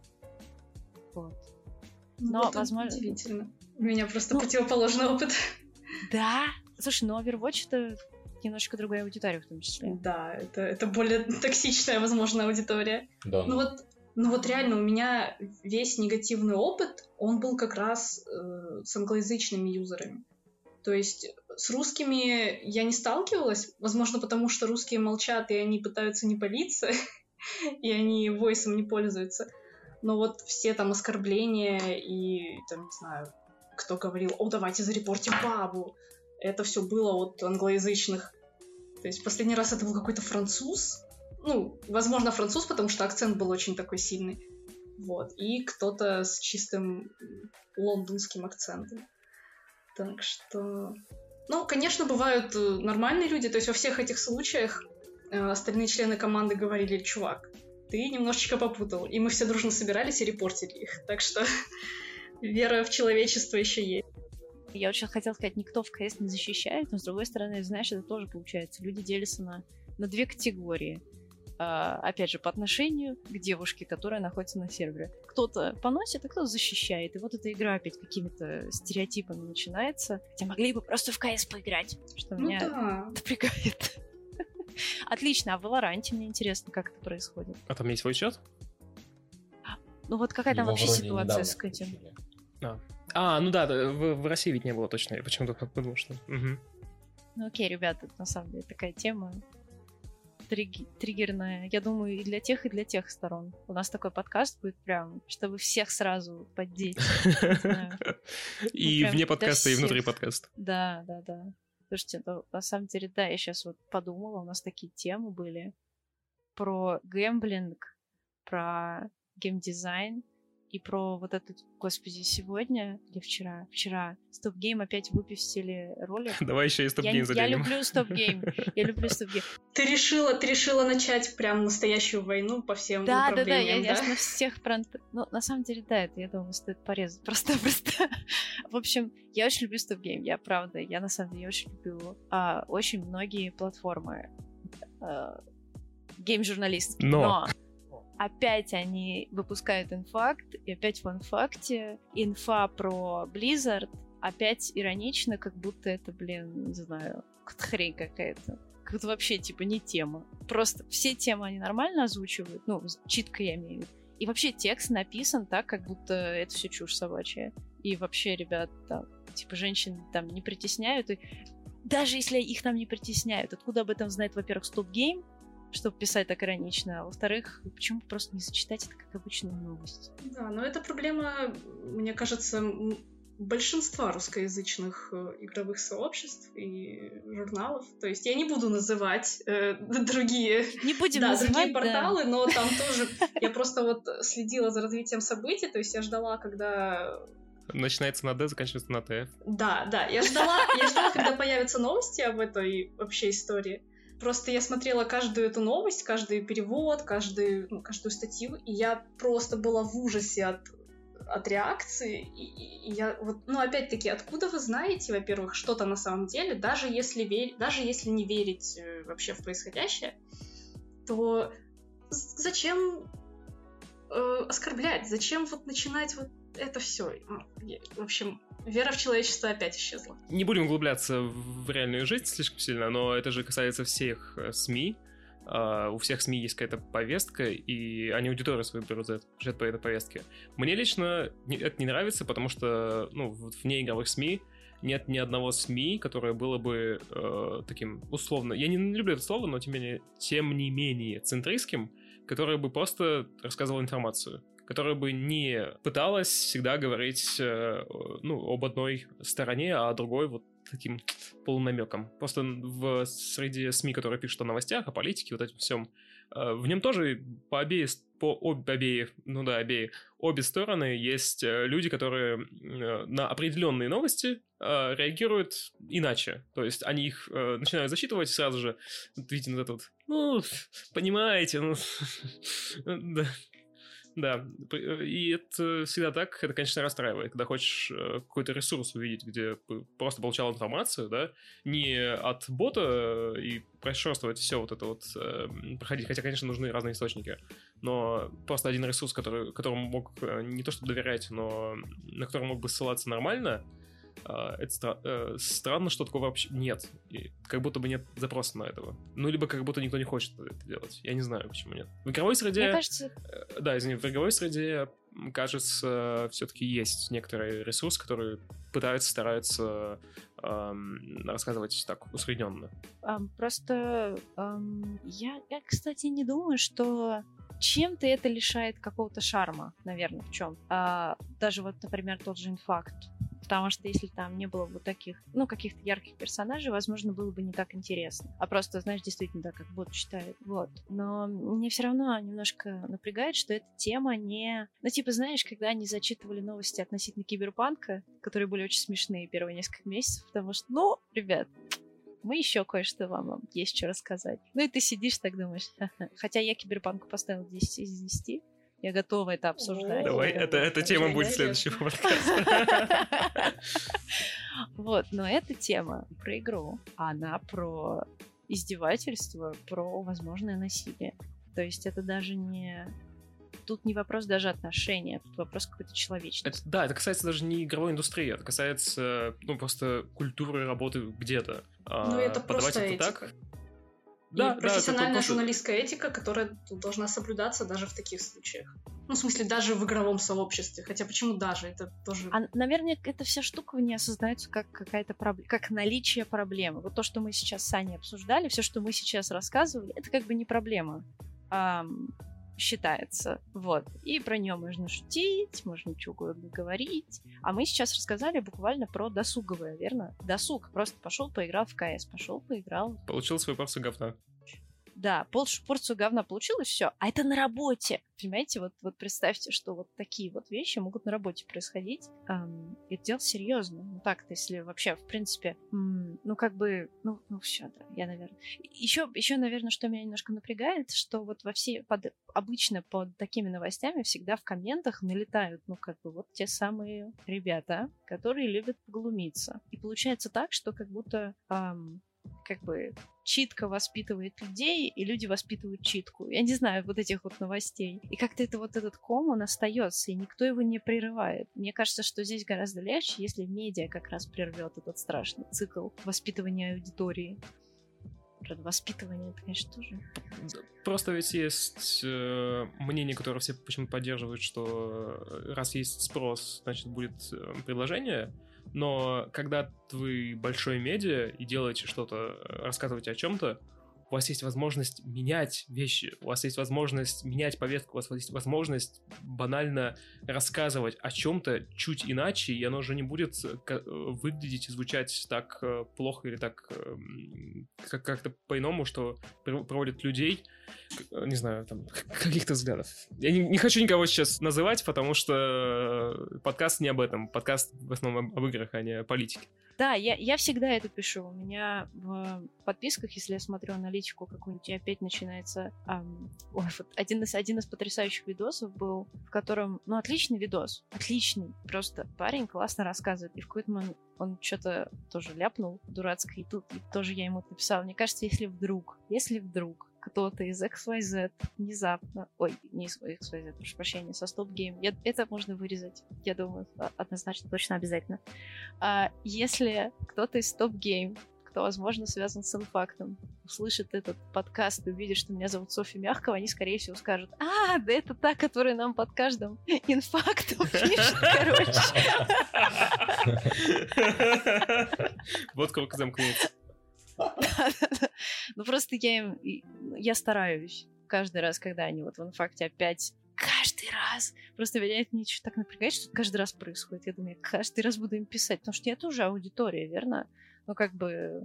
Вот. Но, вот возможно... Удивительно. У меня просто ну, противоположный опыт. Да? Слушай, но Overwatch это немножко другая аудитория в том числе. Да, это, это более токсичная, возможно, аудитория. Да. Ну вот, ну вот реально у меня весь негативный опыт, он был как раз э, с англоязычными юзерами. То есть с русскими я не сталкивалась, возможно, потому что русские молчат, и они пытаются не палиться, и они войсом не пользуются. Но вот все там оскорбления и, там, не знаю, кто говорил, о, давайте зарепортим бабу. Это все было от англоязычных. То есть последний раз это был какой-то француз. Ну, возможно, француз, потому что акцент был очень такой сильный. Вот. И кто-то с чистым лондонским акцентом. Так что... Ну, конечно, бывают нормальные люди. То есть во всех этих случаях остальные члены команды говорили, чувак, ты немножечко попутал. И мы все дружно собирались и репортили их. Так что вера в человечество еще есть. Я очень хотела сказать, никто в КС не защищает, но с другой стороны, знаешь, это тоже получается. Люди делятся на, на две категории. А, опять же, по отношению к девушке, которая находится на сервере. Кто-то поносит, а кто-то защищает. И вот эта игра опять какими-то стереотипами начинается. Хотя могли бы просто в КС поиграть, что ну меня да. напрягает. Отлично, а в Валоранте мне интересно, как это происходит. А там есть свой чат? Ну вот какая там Его вообще вроде ситуация недавно с этим? включили. А. а, ну да, в, в России ведь не было точно. Я почему-то подумал, что... Угу. Ну окей, ребята, это на самом деле такая тема триг- триггерная. Я думаю, и для тех, и для тех сторон. У нас такой подкаст будет прям, чтобы всех сразу поддеть. И вне подкаста, и внутри подкаста. Да, да, да. Слушайте, ну, на самом деле, да, я сейчас вот подумала, у нас такие темы были про гэмблинг, про геймдизайн и про вот этот, господи, сегодня или вчера, вчера Stop Game опять выпустили ролик. Давай еще и Stop Game заденем. Я люблю Stop Game, я люблю Stop Game. Ты решила, ты решила начать прям настоящую войну по всем да, направлениям, да? Да, да, я, я на всех прям... Ну, на самом деле, да, это, я думаю, стоит порезать просто-просто. В общем, я очень люблю Stop Game, я правда, я на самом деле очень люблю а, очень многие платформы а, гейм-журналистские, но... но... Опять они выпускают инфакт, и опять в инфакте инфа про Blizzard опять иронично, как будто это, блин, не знаю, хрень какая-то. как это вообще, типа, не тема. Просто все темы они нормально озвучивают, ну, читко я имею в виду. И вообще текст написан так, как будто это все чушь собачья. И вообще, ребят, там, типа, женщин там не притесняют. И даже если их там не притесняют, откуда об этом знает, во-первых, Стоп-гейм, чтобы писать так иронично, а во-вторых, почему просто не зачитать это как обычную новость? Да, но это проблема, мне кажется, большинства русскоязычных игровых сообществ и журналов. То есть я не буду называть э, другие, не будем да, называть, другие порталы, да. но там тоже я просто вот следила за развитием событий, то есть я ждала, когда... Начинается на D, заканчивается на Т. Да, да, я ждала, я ждала, когда появятся новости об этой вообще истории. Просто я смотрела каждую эту новость, каждый перевод, каждый, ну, каждую статью, и я просто была в ужасе от, от реакции. И, и, и я вот, ну, опять-таки, откуда вы знаете, во-первых, что-то на самом деле, даже если, верь, даже если не верить э, вообще в происходящее, то зачем э, оскорблять? Зачем вот начинать вот это все? В общем, вера в человечество опять исчезла. Не будем углубляться в реальную жизнь слишком сильно, но это же касается всех СМИ. Uh, у всех СМИ есть какая-то повестка, и они аудиторию свою берут за это, по этой повестке. Мне лично это не нравится, потому что, ну, в неигровых СМИ нет ни одного СМИ, которое было бы uh, таким условно... Я не люблю это слово, но тем не менее, тем не менее центристским, которое бы просто рассказывало информацию, которая бы не пыталась всегда говорить э, ну, об одной стороне, а о другой вот таким полунамеком. Просто в среди СМИ, которые пишут о новостях, о политике, вот этим всем, э, в нем тоже по обеи, по обе, обеи, ну да, обеи, обе стороны есть люди, которые э, на определенные новости э, реагируют иначе. То есть они их э, начинают засчитывать сразу же, видите, вот это вот, ну, понимаете, ну, да. Да, и это всегда так, это, конечно, расстраивает, когда хочешь какой-то ресурс увидеть, где просто получал информацию, да, не от бота и прошерстывать все вот это вот, проходить, хотя, конечно, нужны разные источники, но просто один ресурс, который, которому мог не то чтобы доверять, но на который мог бы ссылаться нормально, это стра- странно, что такого вообще нет. И как будто бы нет запроса на этого. Ну, либо как будто никто не хочет это делать. Я не знаю, почему нет. В игровой среде... Мне кажется... Да, извини, в игровой среде, кажется, все-таки есть некоторый ресурс, который пытаются, стараются эм, рассказывать так усредненно. Um, просто um, я, я, кстати, не думаю, что чем-то это лишает какого-то шарма, наверное, в чем. А, даже вот, например, тот же инфакт. Потому что если там не было вот таких, ну, каких-то ярких персонажей, возможно, было бы не так интересно. А просто, знаешь, действительно, да, как бот читает. Вот. Но мне все равно немножко напрягает, что эта тема не... Ну, типа, знаешь, когда они зачитывали новости относительно Киберпанка, которые были очень смешные первые несколько месяцев, потому что, ну, ребят, мы еще кое-что вам, вам есть что рассказать. Ну, и ты сидишь так думаешь. Хотя я Киберпанку поставила десять из десяти. Я готова это обсуждать. Давай, это, эта тема будет следующего подкаста. Вот, но эта тема про игру, она про издевательство, про возможное насилие. То есть это даже не... Тут не вопрос даже отношения, тут вопрос какой-то человечности. Это, да, это касается даже не игровой индустрии, это касается, ну, просто культуры работы где-то. Ну, это просто этика. Так. Да, и профессиональная да, журналистская этика, которая должна соблюдаться даже в таких случаях. Ну, в смысле, даже в игровом сообществе. Хотя почему даже? Это тоже... А, наверное, эта вся штука не осознается как какая-то проблема, как наличие проблемы. Вот то, что мы сейчас с Аней обсуждали, все, что мы сейчас рассказывали, это как бы не проблема. А, считается. Вот. И про нее можно шутить, можно что угодно говорить. А мы сейчас рассказали буквально про досуговое, верно? Досуг. Просто пошел, поиграл в КС, пошел, поиграл. Получил свою порцию говна. Да, пол, порцию говна получил, и все. А это на работе. Понимаете, вот, вот представьте, что вот такие вот вещи могут на работе происходить. Эм, это дело серьезно. Ну так-то, если вообще, в принципе, м- ну как бы, ну, ну все, да, я, наверное. Еще, еще, наверное, что меня немножко напрягает, что вот во все, под, обычно под такими новостями всегда в комментах налетают, ну как бы вот те самые ребята, которые любят поглумиться. И получается так, что как будто... Эм, как бы читка воспитывает людей, и люди воспитывают читку. Я не знаю вот этих вот новостей. И как-то это вот этот ком, он остается, и никто его не прерывает. Мне кажется, что здесь гораздо легче, если медиа как раз прервет этот страшный цикл воспитывания аудитории. правда, воспитывание, это, конечно, тоже... Просто ведь есть э, мнение, которое все почему-то поддерживают, что раз есть спрос, значит, будет э, предложение. Но когда вы большой медиа и делаете что-то, рассказываете о чем-то, у вас есть возможность менять вещи, у вас есть возможность менять повестку, у вас есть возможность банально рассказывать о чем-то чуть иначе, и оно уже не будет выглядеть и звучать так плохо или так как-то по-иному, что проводят людей, не знаю, там, каких-то взглядов. Я не, не хочу никого сейчас называть, потому что подкаст не об этом. Подкаст в основном об играх, а не о политике. Да, я, я всегда это пишу. У меня в подписках, если я смотрю аналитику какую-нибудь, и опять начинается... Эм, ой, вот один из, один из потрясающих видосов был, в котором... Ну, отличный видос. Отличный. Просто парень классно рассказывает. И в какой-то момент он что-то тоже ляпнул дурацкое, и тут и тоже я ему написала. Мне кажется, если вдруг, если вдруг кто-то из икс уай зет внезапно... Ой, не из икс уай зет, прошу прощения, со Stop Game. Я... Это можно вырезать, я думаю, однозначно, точно, обязательно. А если кто-то из Stop Game, кто, возможно, связан с инфактом, услышит этот подкаст и увидит, что меня зовут Софья Мягкова, они, скорее всего, скажут: а, да это та, которая нам под каждым инфактом пишет, короче. Вот как замкнется. Ну просто я им... Я стараюсь каждый раз, когда они вот в инфакте опять... Каждый раз! Просто меня это ничего так напрягает, что это каждый раз происходит. Я думаю, я каждый раз буду им писать, потому что я тоже аудитория, верно? Ну как бы...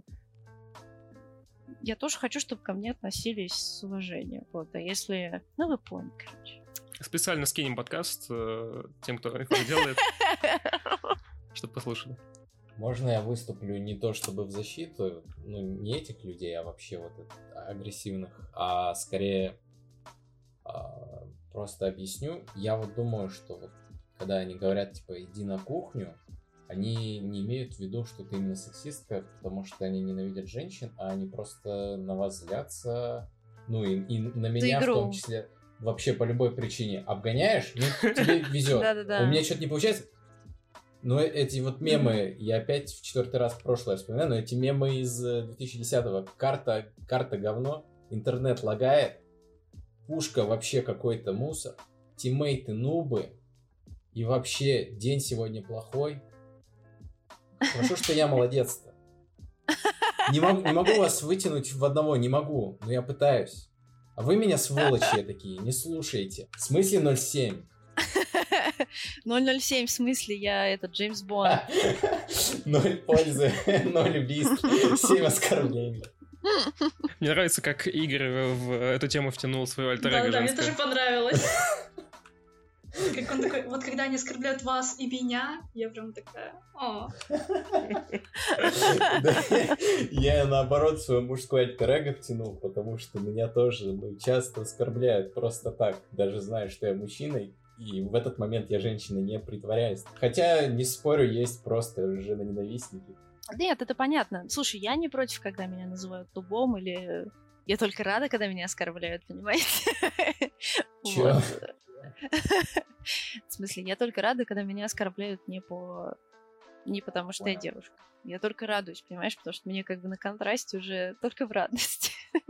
Я тоже хочу, чтобы ко мне относились с уважением. Вот, а если... Ну вы поняли, короче. Специально скинем подкаст э, тем, кто это делает, чтобы послушали. Можно я выступлю не то чтобы в защиту, ну, не этих людей, а вообще вот агрессивных, а скорее а, просто объясню. Я вот думаю, что вот, когда они говорят, типа, иди на кухню, они не имеют в виду, что ты именно сексистка, потому что они ненавидят женщин, а они просто на вас злятся, ну, и, и на меня в том числе, вообще по любой причине. Обгоняешь, ну, тебе везет. У меня что-то не получается. Но эти вот мемы, я опять в четвертый раз в прошлое вспоминаю, но эти мемы из две тысячи десятого, карта, карта говно, интернет лагает, пушка вообще какой-то мусор, тиммейты нубы, и вообще день сегодня плохой. Хорошо, что я молодец-то. Не могу, не могу вас вытянуть в одного, не могу, но я пытаюсь. А вы меня, сволочи такие, не слушаете. В смысле ноль семь? ноль ноль семь, в смысле, я этот Джеймс Бонд. Ноль пользы, ноль убийств, семь оскорблений. Мне нравится, как Игорь в эту тему втянул свою альтер-эго. Да, да, мне тоже понравилось. Как он такой, вот когда они оскорбляют вас и меня, я прям такая, о. Я наоборот свой мужской альтер-эго втянул, потому что меня тоже ну, часто оскорбляют просто так, даже зная, что я мужчина. И в этот момент я женщиной не притворяюсь. Хотя, не спорю, есть просто женоненавистники. Нет, это понятно. Слушай, я не против, когда меня называют тубом, или... Я только рада, когда меня оскорбляют, понимаете? Чё? В смысле, я только рада, когда меня оскорбляют не по... Не потому, что я девушка. Я только радуюсь, понимаешь? Потому что мне как бы на контрасте уже только в радости.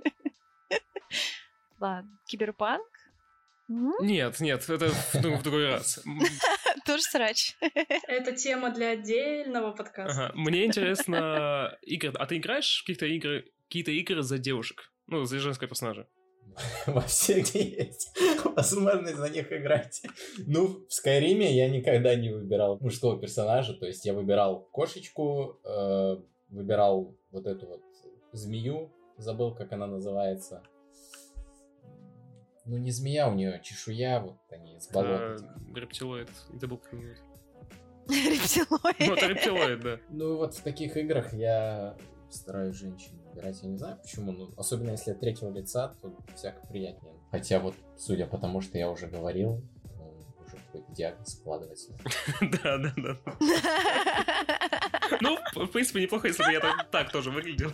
Ладно, киберпанк? Нет, нет, это ну, в другой раз. Тоже срач. Это тема для отдельного подкаста. Ага. Мне интересно, игры. А ты играешь в какие-то игры, какие-то игры за девушек? Ну, за женского персонажа? Во все, где есть возможность за них играть. Ну, в Скайриме я никогда не выбирал мужского персонажа. То есть я выбирал кошечку, э, выбирал вот эту вот змею, забыл, как она называется. Ну, не змея у нее, чешуя, вот они с болот. Рептилоид. Это был какой-нибудь. Рептилоид. Ну, это рептилоид, да. Ну, вот в таких играх я стараюсь женщин выбирать. Я не знаю почему, но особенно если от третьего лица, то всяко приятнее. Хотя вот, судя по тому, что я уже говорил, уже какой-то диагноз складывается. Да, да, да. Ну, в принципе, неплохо, если бы я так тоже выглядел.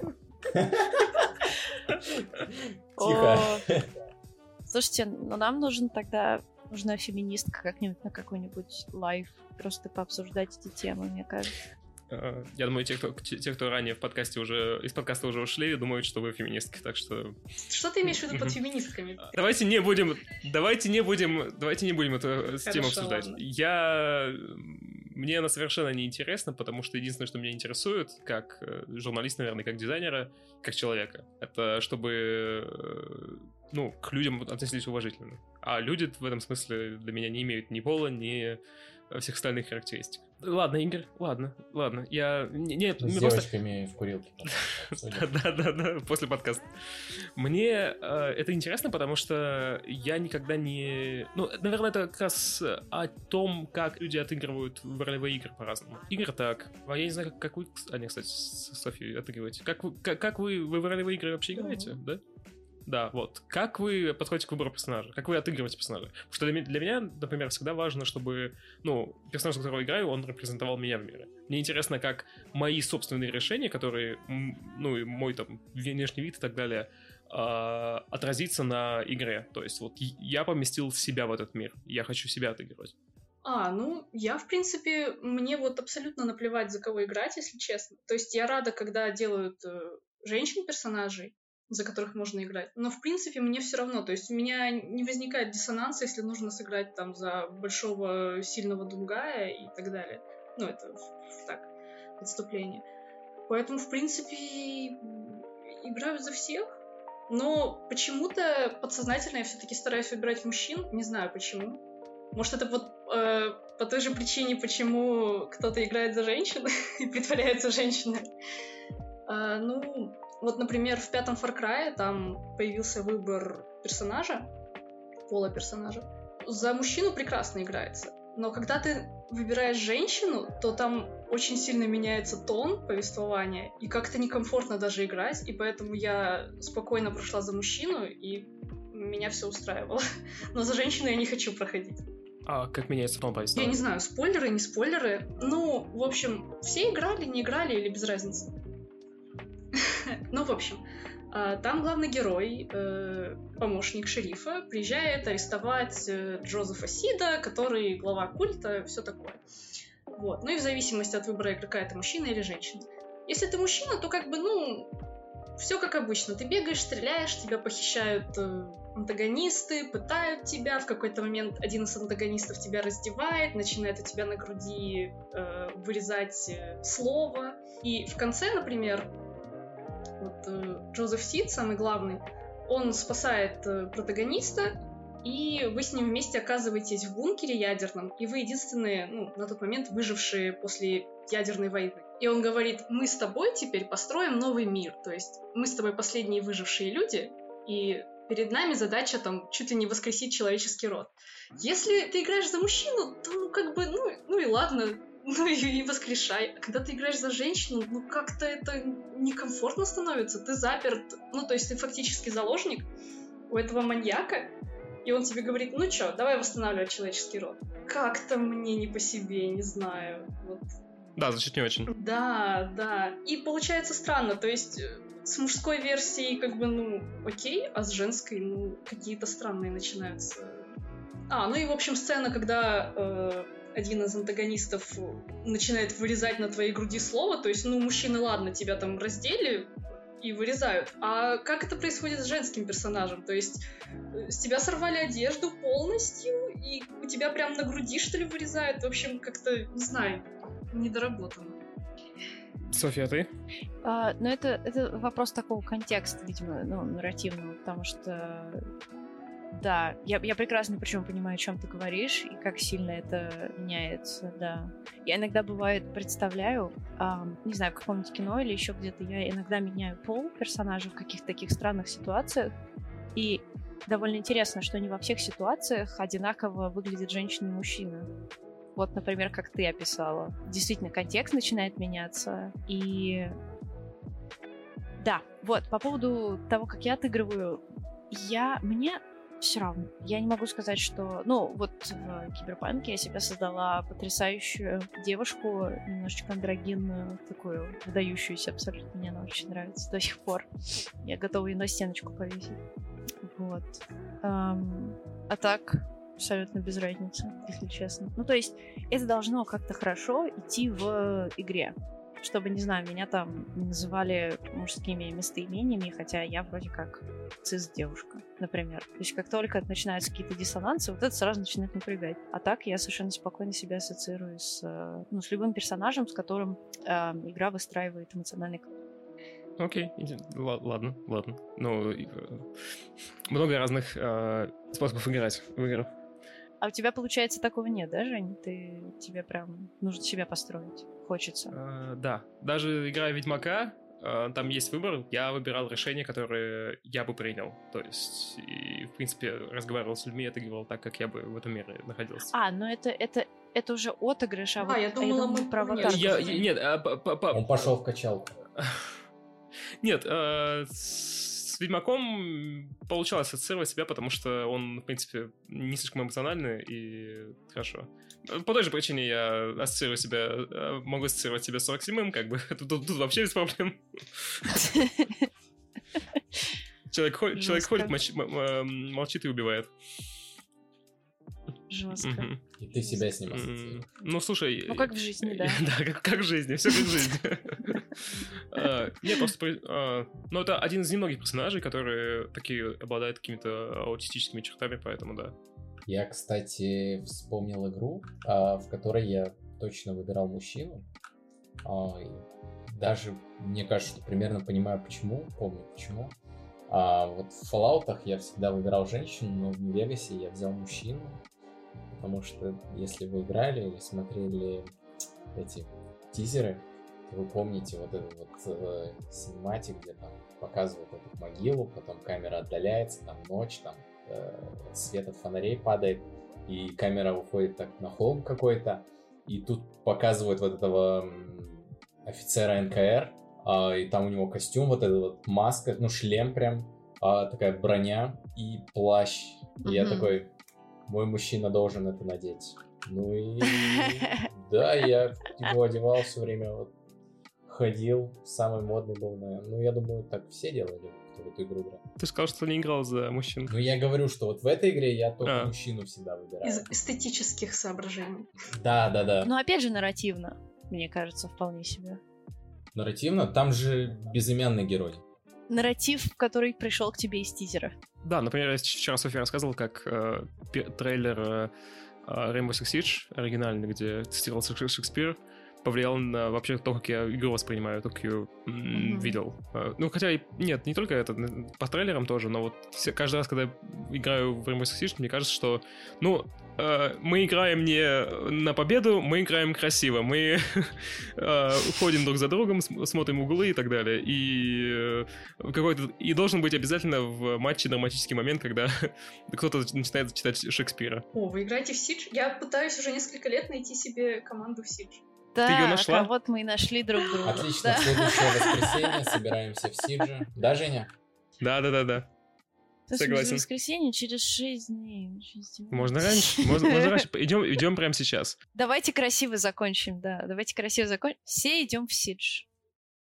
Тихо. Слушайте, ну нам нужен тогда, нужна феминистка как-нибудь на какой-нибудь лайв, просто пообсуждать эти темы, мне кажется. Я думаю, те кто, те, кто ранее в подкасте уже, из подкаста уже ушли, думают, что вы феминистки, так что... Что ты имеешь в виду под феминистками? Давайте не будем, давайте не будем, давайте не будем эту тему обсуждать. Ладно. Я... Мне она совершенно не интересна, потому что единственное, что меня интересует, как журналиста, наверное, как дизайнера, как человека, это чтобы, ну, к людям относились уважительно. А люди в этом смысле для меня не имеют ни пола, ни всех остальных характеристик. Ладно, Игорь, ладно, ладно. Я... Нет, с девочками просто... в курилке. Да-да-да, после подкаста. Мне э, это интересно, потому что я никогда не... Ну, наверное, это как раз о том, как люди отыгрывают в ролевые игры по-разному. Игры так. А я не знаю, как, как вы... А, нет, кстати, с Софией отыгрываете. Как, как, как вы, вы в ролевые игры вообще играете, mm-hmm. да? Да, вот. Как вы подходите к выбору персонажа? Как вы отыгрываете персонажа? Потому что для, для меня, например, всегда важно, чтобы, ну, персонаж, за которого я играю, он репрезентовал меня в мире. Мне интересно, как мои собственные решения, которые, ну, и мой там внешний вид и так далее, э, отразится на игре. То есть вот я поместил себя в этот мир. Я хочу себя отыгрывать. А, ну, я, в принципе, мне вот абсолютно наплевать, за кого играть, если честно. То есть я рада, когда делают э, женщин-персонажей, за которых можно играть. Но, в принципе, мне все равно. То есть у меня не возникает диссонанса, если нужно сыграть там за большого, сильного дунгая и так далее. Ну, это так, отступление. Поэтому, в принципе, играю за всех. Но почему-то подсознательно я все-таки стараюсь выбирать мужчин. Не знаю, почему. Может, это вот э, по той же причине, почему кто-то играет за женщин и притворяется женщиной. А, ну... Вот, например, в пятом Far Cry там появился выбор персонажа, пола персонажа. За мужчину прекрасно играется. Но когда ты выбираешь женщину, то там очень сильно меняется тон повествования, и как-то некомфортно даже играть, и поэтому я спокойно прошла за мужчину, и меня все устраивало. Но за женщину я не хочу проходить. А как меняется тон повествования? Я не знаю, спойлеры, не спойлеры. Ну, в общем, все играли, не играли или без разницы. Ну, в общем, там главный герой, помощник шерифа, приезжает арестовать Джозефа Сида, который глава культа, все такое. Вот. Ну и в зависимости от выбора игрока, это мужчина или женщина. Если ты мужчина, то как бы, ну, все как обычно. Ты бегаешь, стреляешь, тебя похищают антагонисты, пытают тебя. В какой-то момент один из антагонистов тебя раздевает, начинает у тебя на груди э, вырезать слово. И в конце, например, вот э, Джозеф Сид, самый главный, он спасает э, протагониста, и вы с ним вместе оказываетесь в бункере ядерном, и вы единственные, ну, на тот момент выжившие после ядерной войны. И он говорит: мы с тобой теперь построим новый мир, то есть мы с тобой последние выжившие люди, и перед нами задача там чуть ли не воскресить человеческий род. Если ты играешь за мужчину, то ну как бы, ну, ну и ладно, ну и, и воскрешай. А когда ты играешь за женщину, ну как-то это некомфортно становится. Ты заперт, ну то есть ты фактически заложник у этого маньяка, и он тебе говорит: ну чё, давай восстанавливать человеческий род. Как-то мне не по себе, не знаю. Вот. Да, звучит не очень. Да, да. И получается странно, то есть с мужской версией как бы, ну, окей, а с женской, ну, какие-то странные начинаются. А, ну и, в общем, сцена, когда э, один из антагонистов начинает вырезать на твоей груди слово, то есть, ну, мужчины, ладно, тебя там раздели и вырезают, а как это происходит с женским персонажем? То есть с тебя сорвали одежду полностью, и у тебя прям на груди, что ли, вырезают? В общем, как-то, не знаю, недоработано. Софья, ты? А, ну, это, это вопрос такого контекста, видимо, ну, нарративного, потому что, да, я, я прекрасно причем понимаю, о чем ты говоришь, и как сильно это меняется, да. Я иногда, бывает, представляю, а, не знаю, в каком-нибудь кино или еще где-то, я иногда меняю пол персонажа в каких-то таких странных ситуациях, и довольно интересно, что не во всех ситуациях одинаково выглядит женщина и мужчина. Вот, например, как ты описала. Действительно, контекст начинает меняться. И да, вот, по поводу того, как я отыгрываю, я... Мне все равно. Я не могу сказать, что... Ну, вот в Киберпанке я себе создала потрясающую девушку, немножечко андрогинную, такую выдающуюся абсолютно. Мне она очень нравится до сих пор. Я готова ее на стеночку повесить. Вот. Um, а так... абсолютно без разницы, если честно. Ну, то есть, это должно как-то хорошо идти в игре. чтобы, не знаю, меня там не называли мужскими местоимениями, хотя я вроде как цис-девушка, например. То есть как только начинаются какие-то диссонансы, вот это сразу начинает напрягать. А так я совершенно спокойно себя ассоциирую с, ну, с любым персонажем, с которым э, игра выстраивает эмоциональный контакт. Окей, okay. ладно, ладно. Ну, э, много разных э, способов играть в игру. А у тебя, получается, такого нет, да, Жень? Ты, тебе прям нужно себя построить. Хочется. Uh, да. Даже играя в Ведьмака, uh, там есть выбор. Я выбирал решение, которое я бы принял. То есть, и, в принципе, разговаривал с людьми, отыгрывал так, как я бы в этом мире находился. А, ну это, это, это уже отыгрыш, а, а вот, я думала, а я думала мы про аватарку. Я, нет, а, па, па, па... Он пошел в качалку. Нет, э, с Ведьмаком получалось ассоциировать себя, потому что он, в принципе, не слишком эмоциональный и хорошо. По той же причине я ассоциирую себя, могу ассоциировать себя с Роксимом, как бы, тут, тут, тут вообще без проблем. Человек, ходит, человек ходит, моч, м- молчит и убивает. Жестко. Угу. И ты себя с ним ассоциируешь. Ну, слушай... Ну, как в жизни, да. Да, как, как в жизни, все как в жизни. Нет, просто... Ну, это один из немногих персонажей, которые такие обладают какими-то аутистическими чертами, поэтому да. Я, кстати, вспомнил игру, в которой я точно выбирал мужчину. Даже, мне кажется, что примерно понимаю, почему, помню, почему. А вот в Fallout'ах я всегда выбирал женщину, но в Нью-Вегасе я взял мужчину. Потому что, если вы играли или смотрели эти тизеры, то вы помните вот этот вот э, синематик, где там показывают эту могилу, потом камера отдаляется, там ночь, там э, свет от фонарей падает, и камера выходит так на холм какой-то, и тут показывают вот этого м, офицера эн ка эр, э, и там у него костюм, вот эта вот маска, ну шлем прям, э, такая броня и плащ. И mm-hmm. я такой... Мой мужчина должен это надеть. Ну и... Да, я его одевал все время, вот, ходил, самый модный был, наверное. Ну, я думаю, так все делали, кто в эту игру играл. Ты сказал, что не играл за мужчин. Ну, я говорю, что вот в этой игре я только а. мужчину всегда выбираю. Из эстетических соображений. Да, да, да. Ну, опять же, нарративно, мне кажется, вполне себе. Нарративно? Там же безымянный герой. Нарратив, который пришел к тебе из тизера. Да, например, я вчера Софья рассказывал, как э, трейлер э, Rainbow Six Siege, оригинальный, где цитировался Шекспир, повлиял на вообще то, как я игру воспринимаю, то, как я м- mm-hmm. видел. Ну, хотя, нет, не только это, по трейлерам тоже, но вот каждый раз, когда я играю в Rainbow Six Siege, мне кажется, что, ну, э, мы играем не на победу, мы играем красиво, мы э, ходим друг за другом, смотрим углы и так далее, и э, какой-то, и должен быть обязательно в матче драматический момент, когда кто-то начинает читать Шекспира. О, вы играете в Siege? Я пытаюсь уже несколько лет найти себе команду в Siege. Да, ты ее нашла? А вот мы и нашли друг друга. Отлично, да. В следующее воскресенье собираемся в Сидже. Да, Женя? Да-да-да-да. Согласен. В воскресенье через шесть дней. шесть дней. Можно раньше? Можно, можно раньше? Идем, идем прямо сейчас. Давайте красиво закончим, да. Давайте красиво закончим. Все идем в Сидж.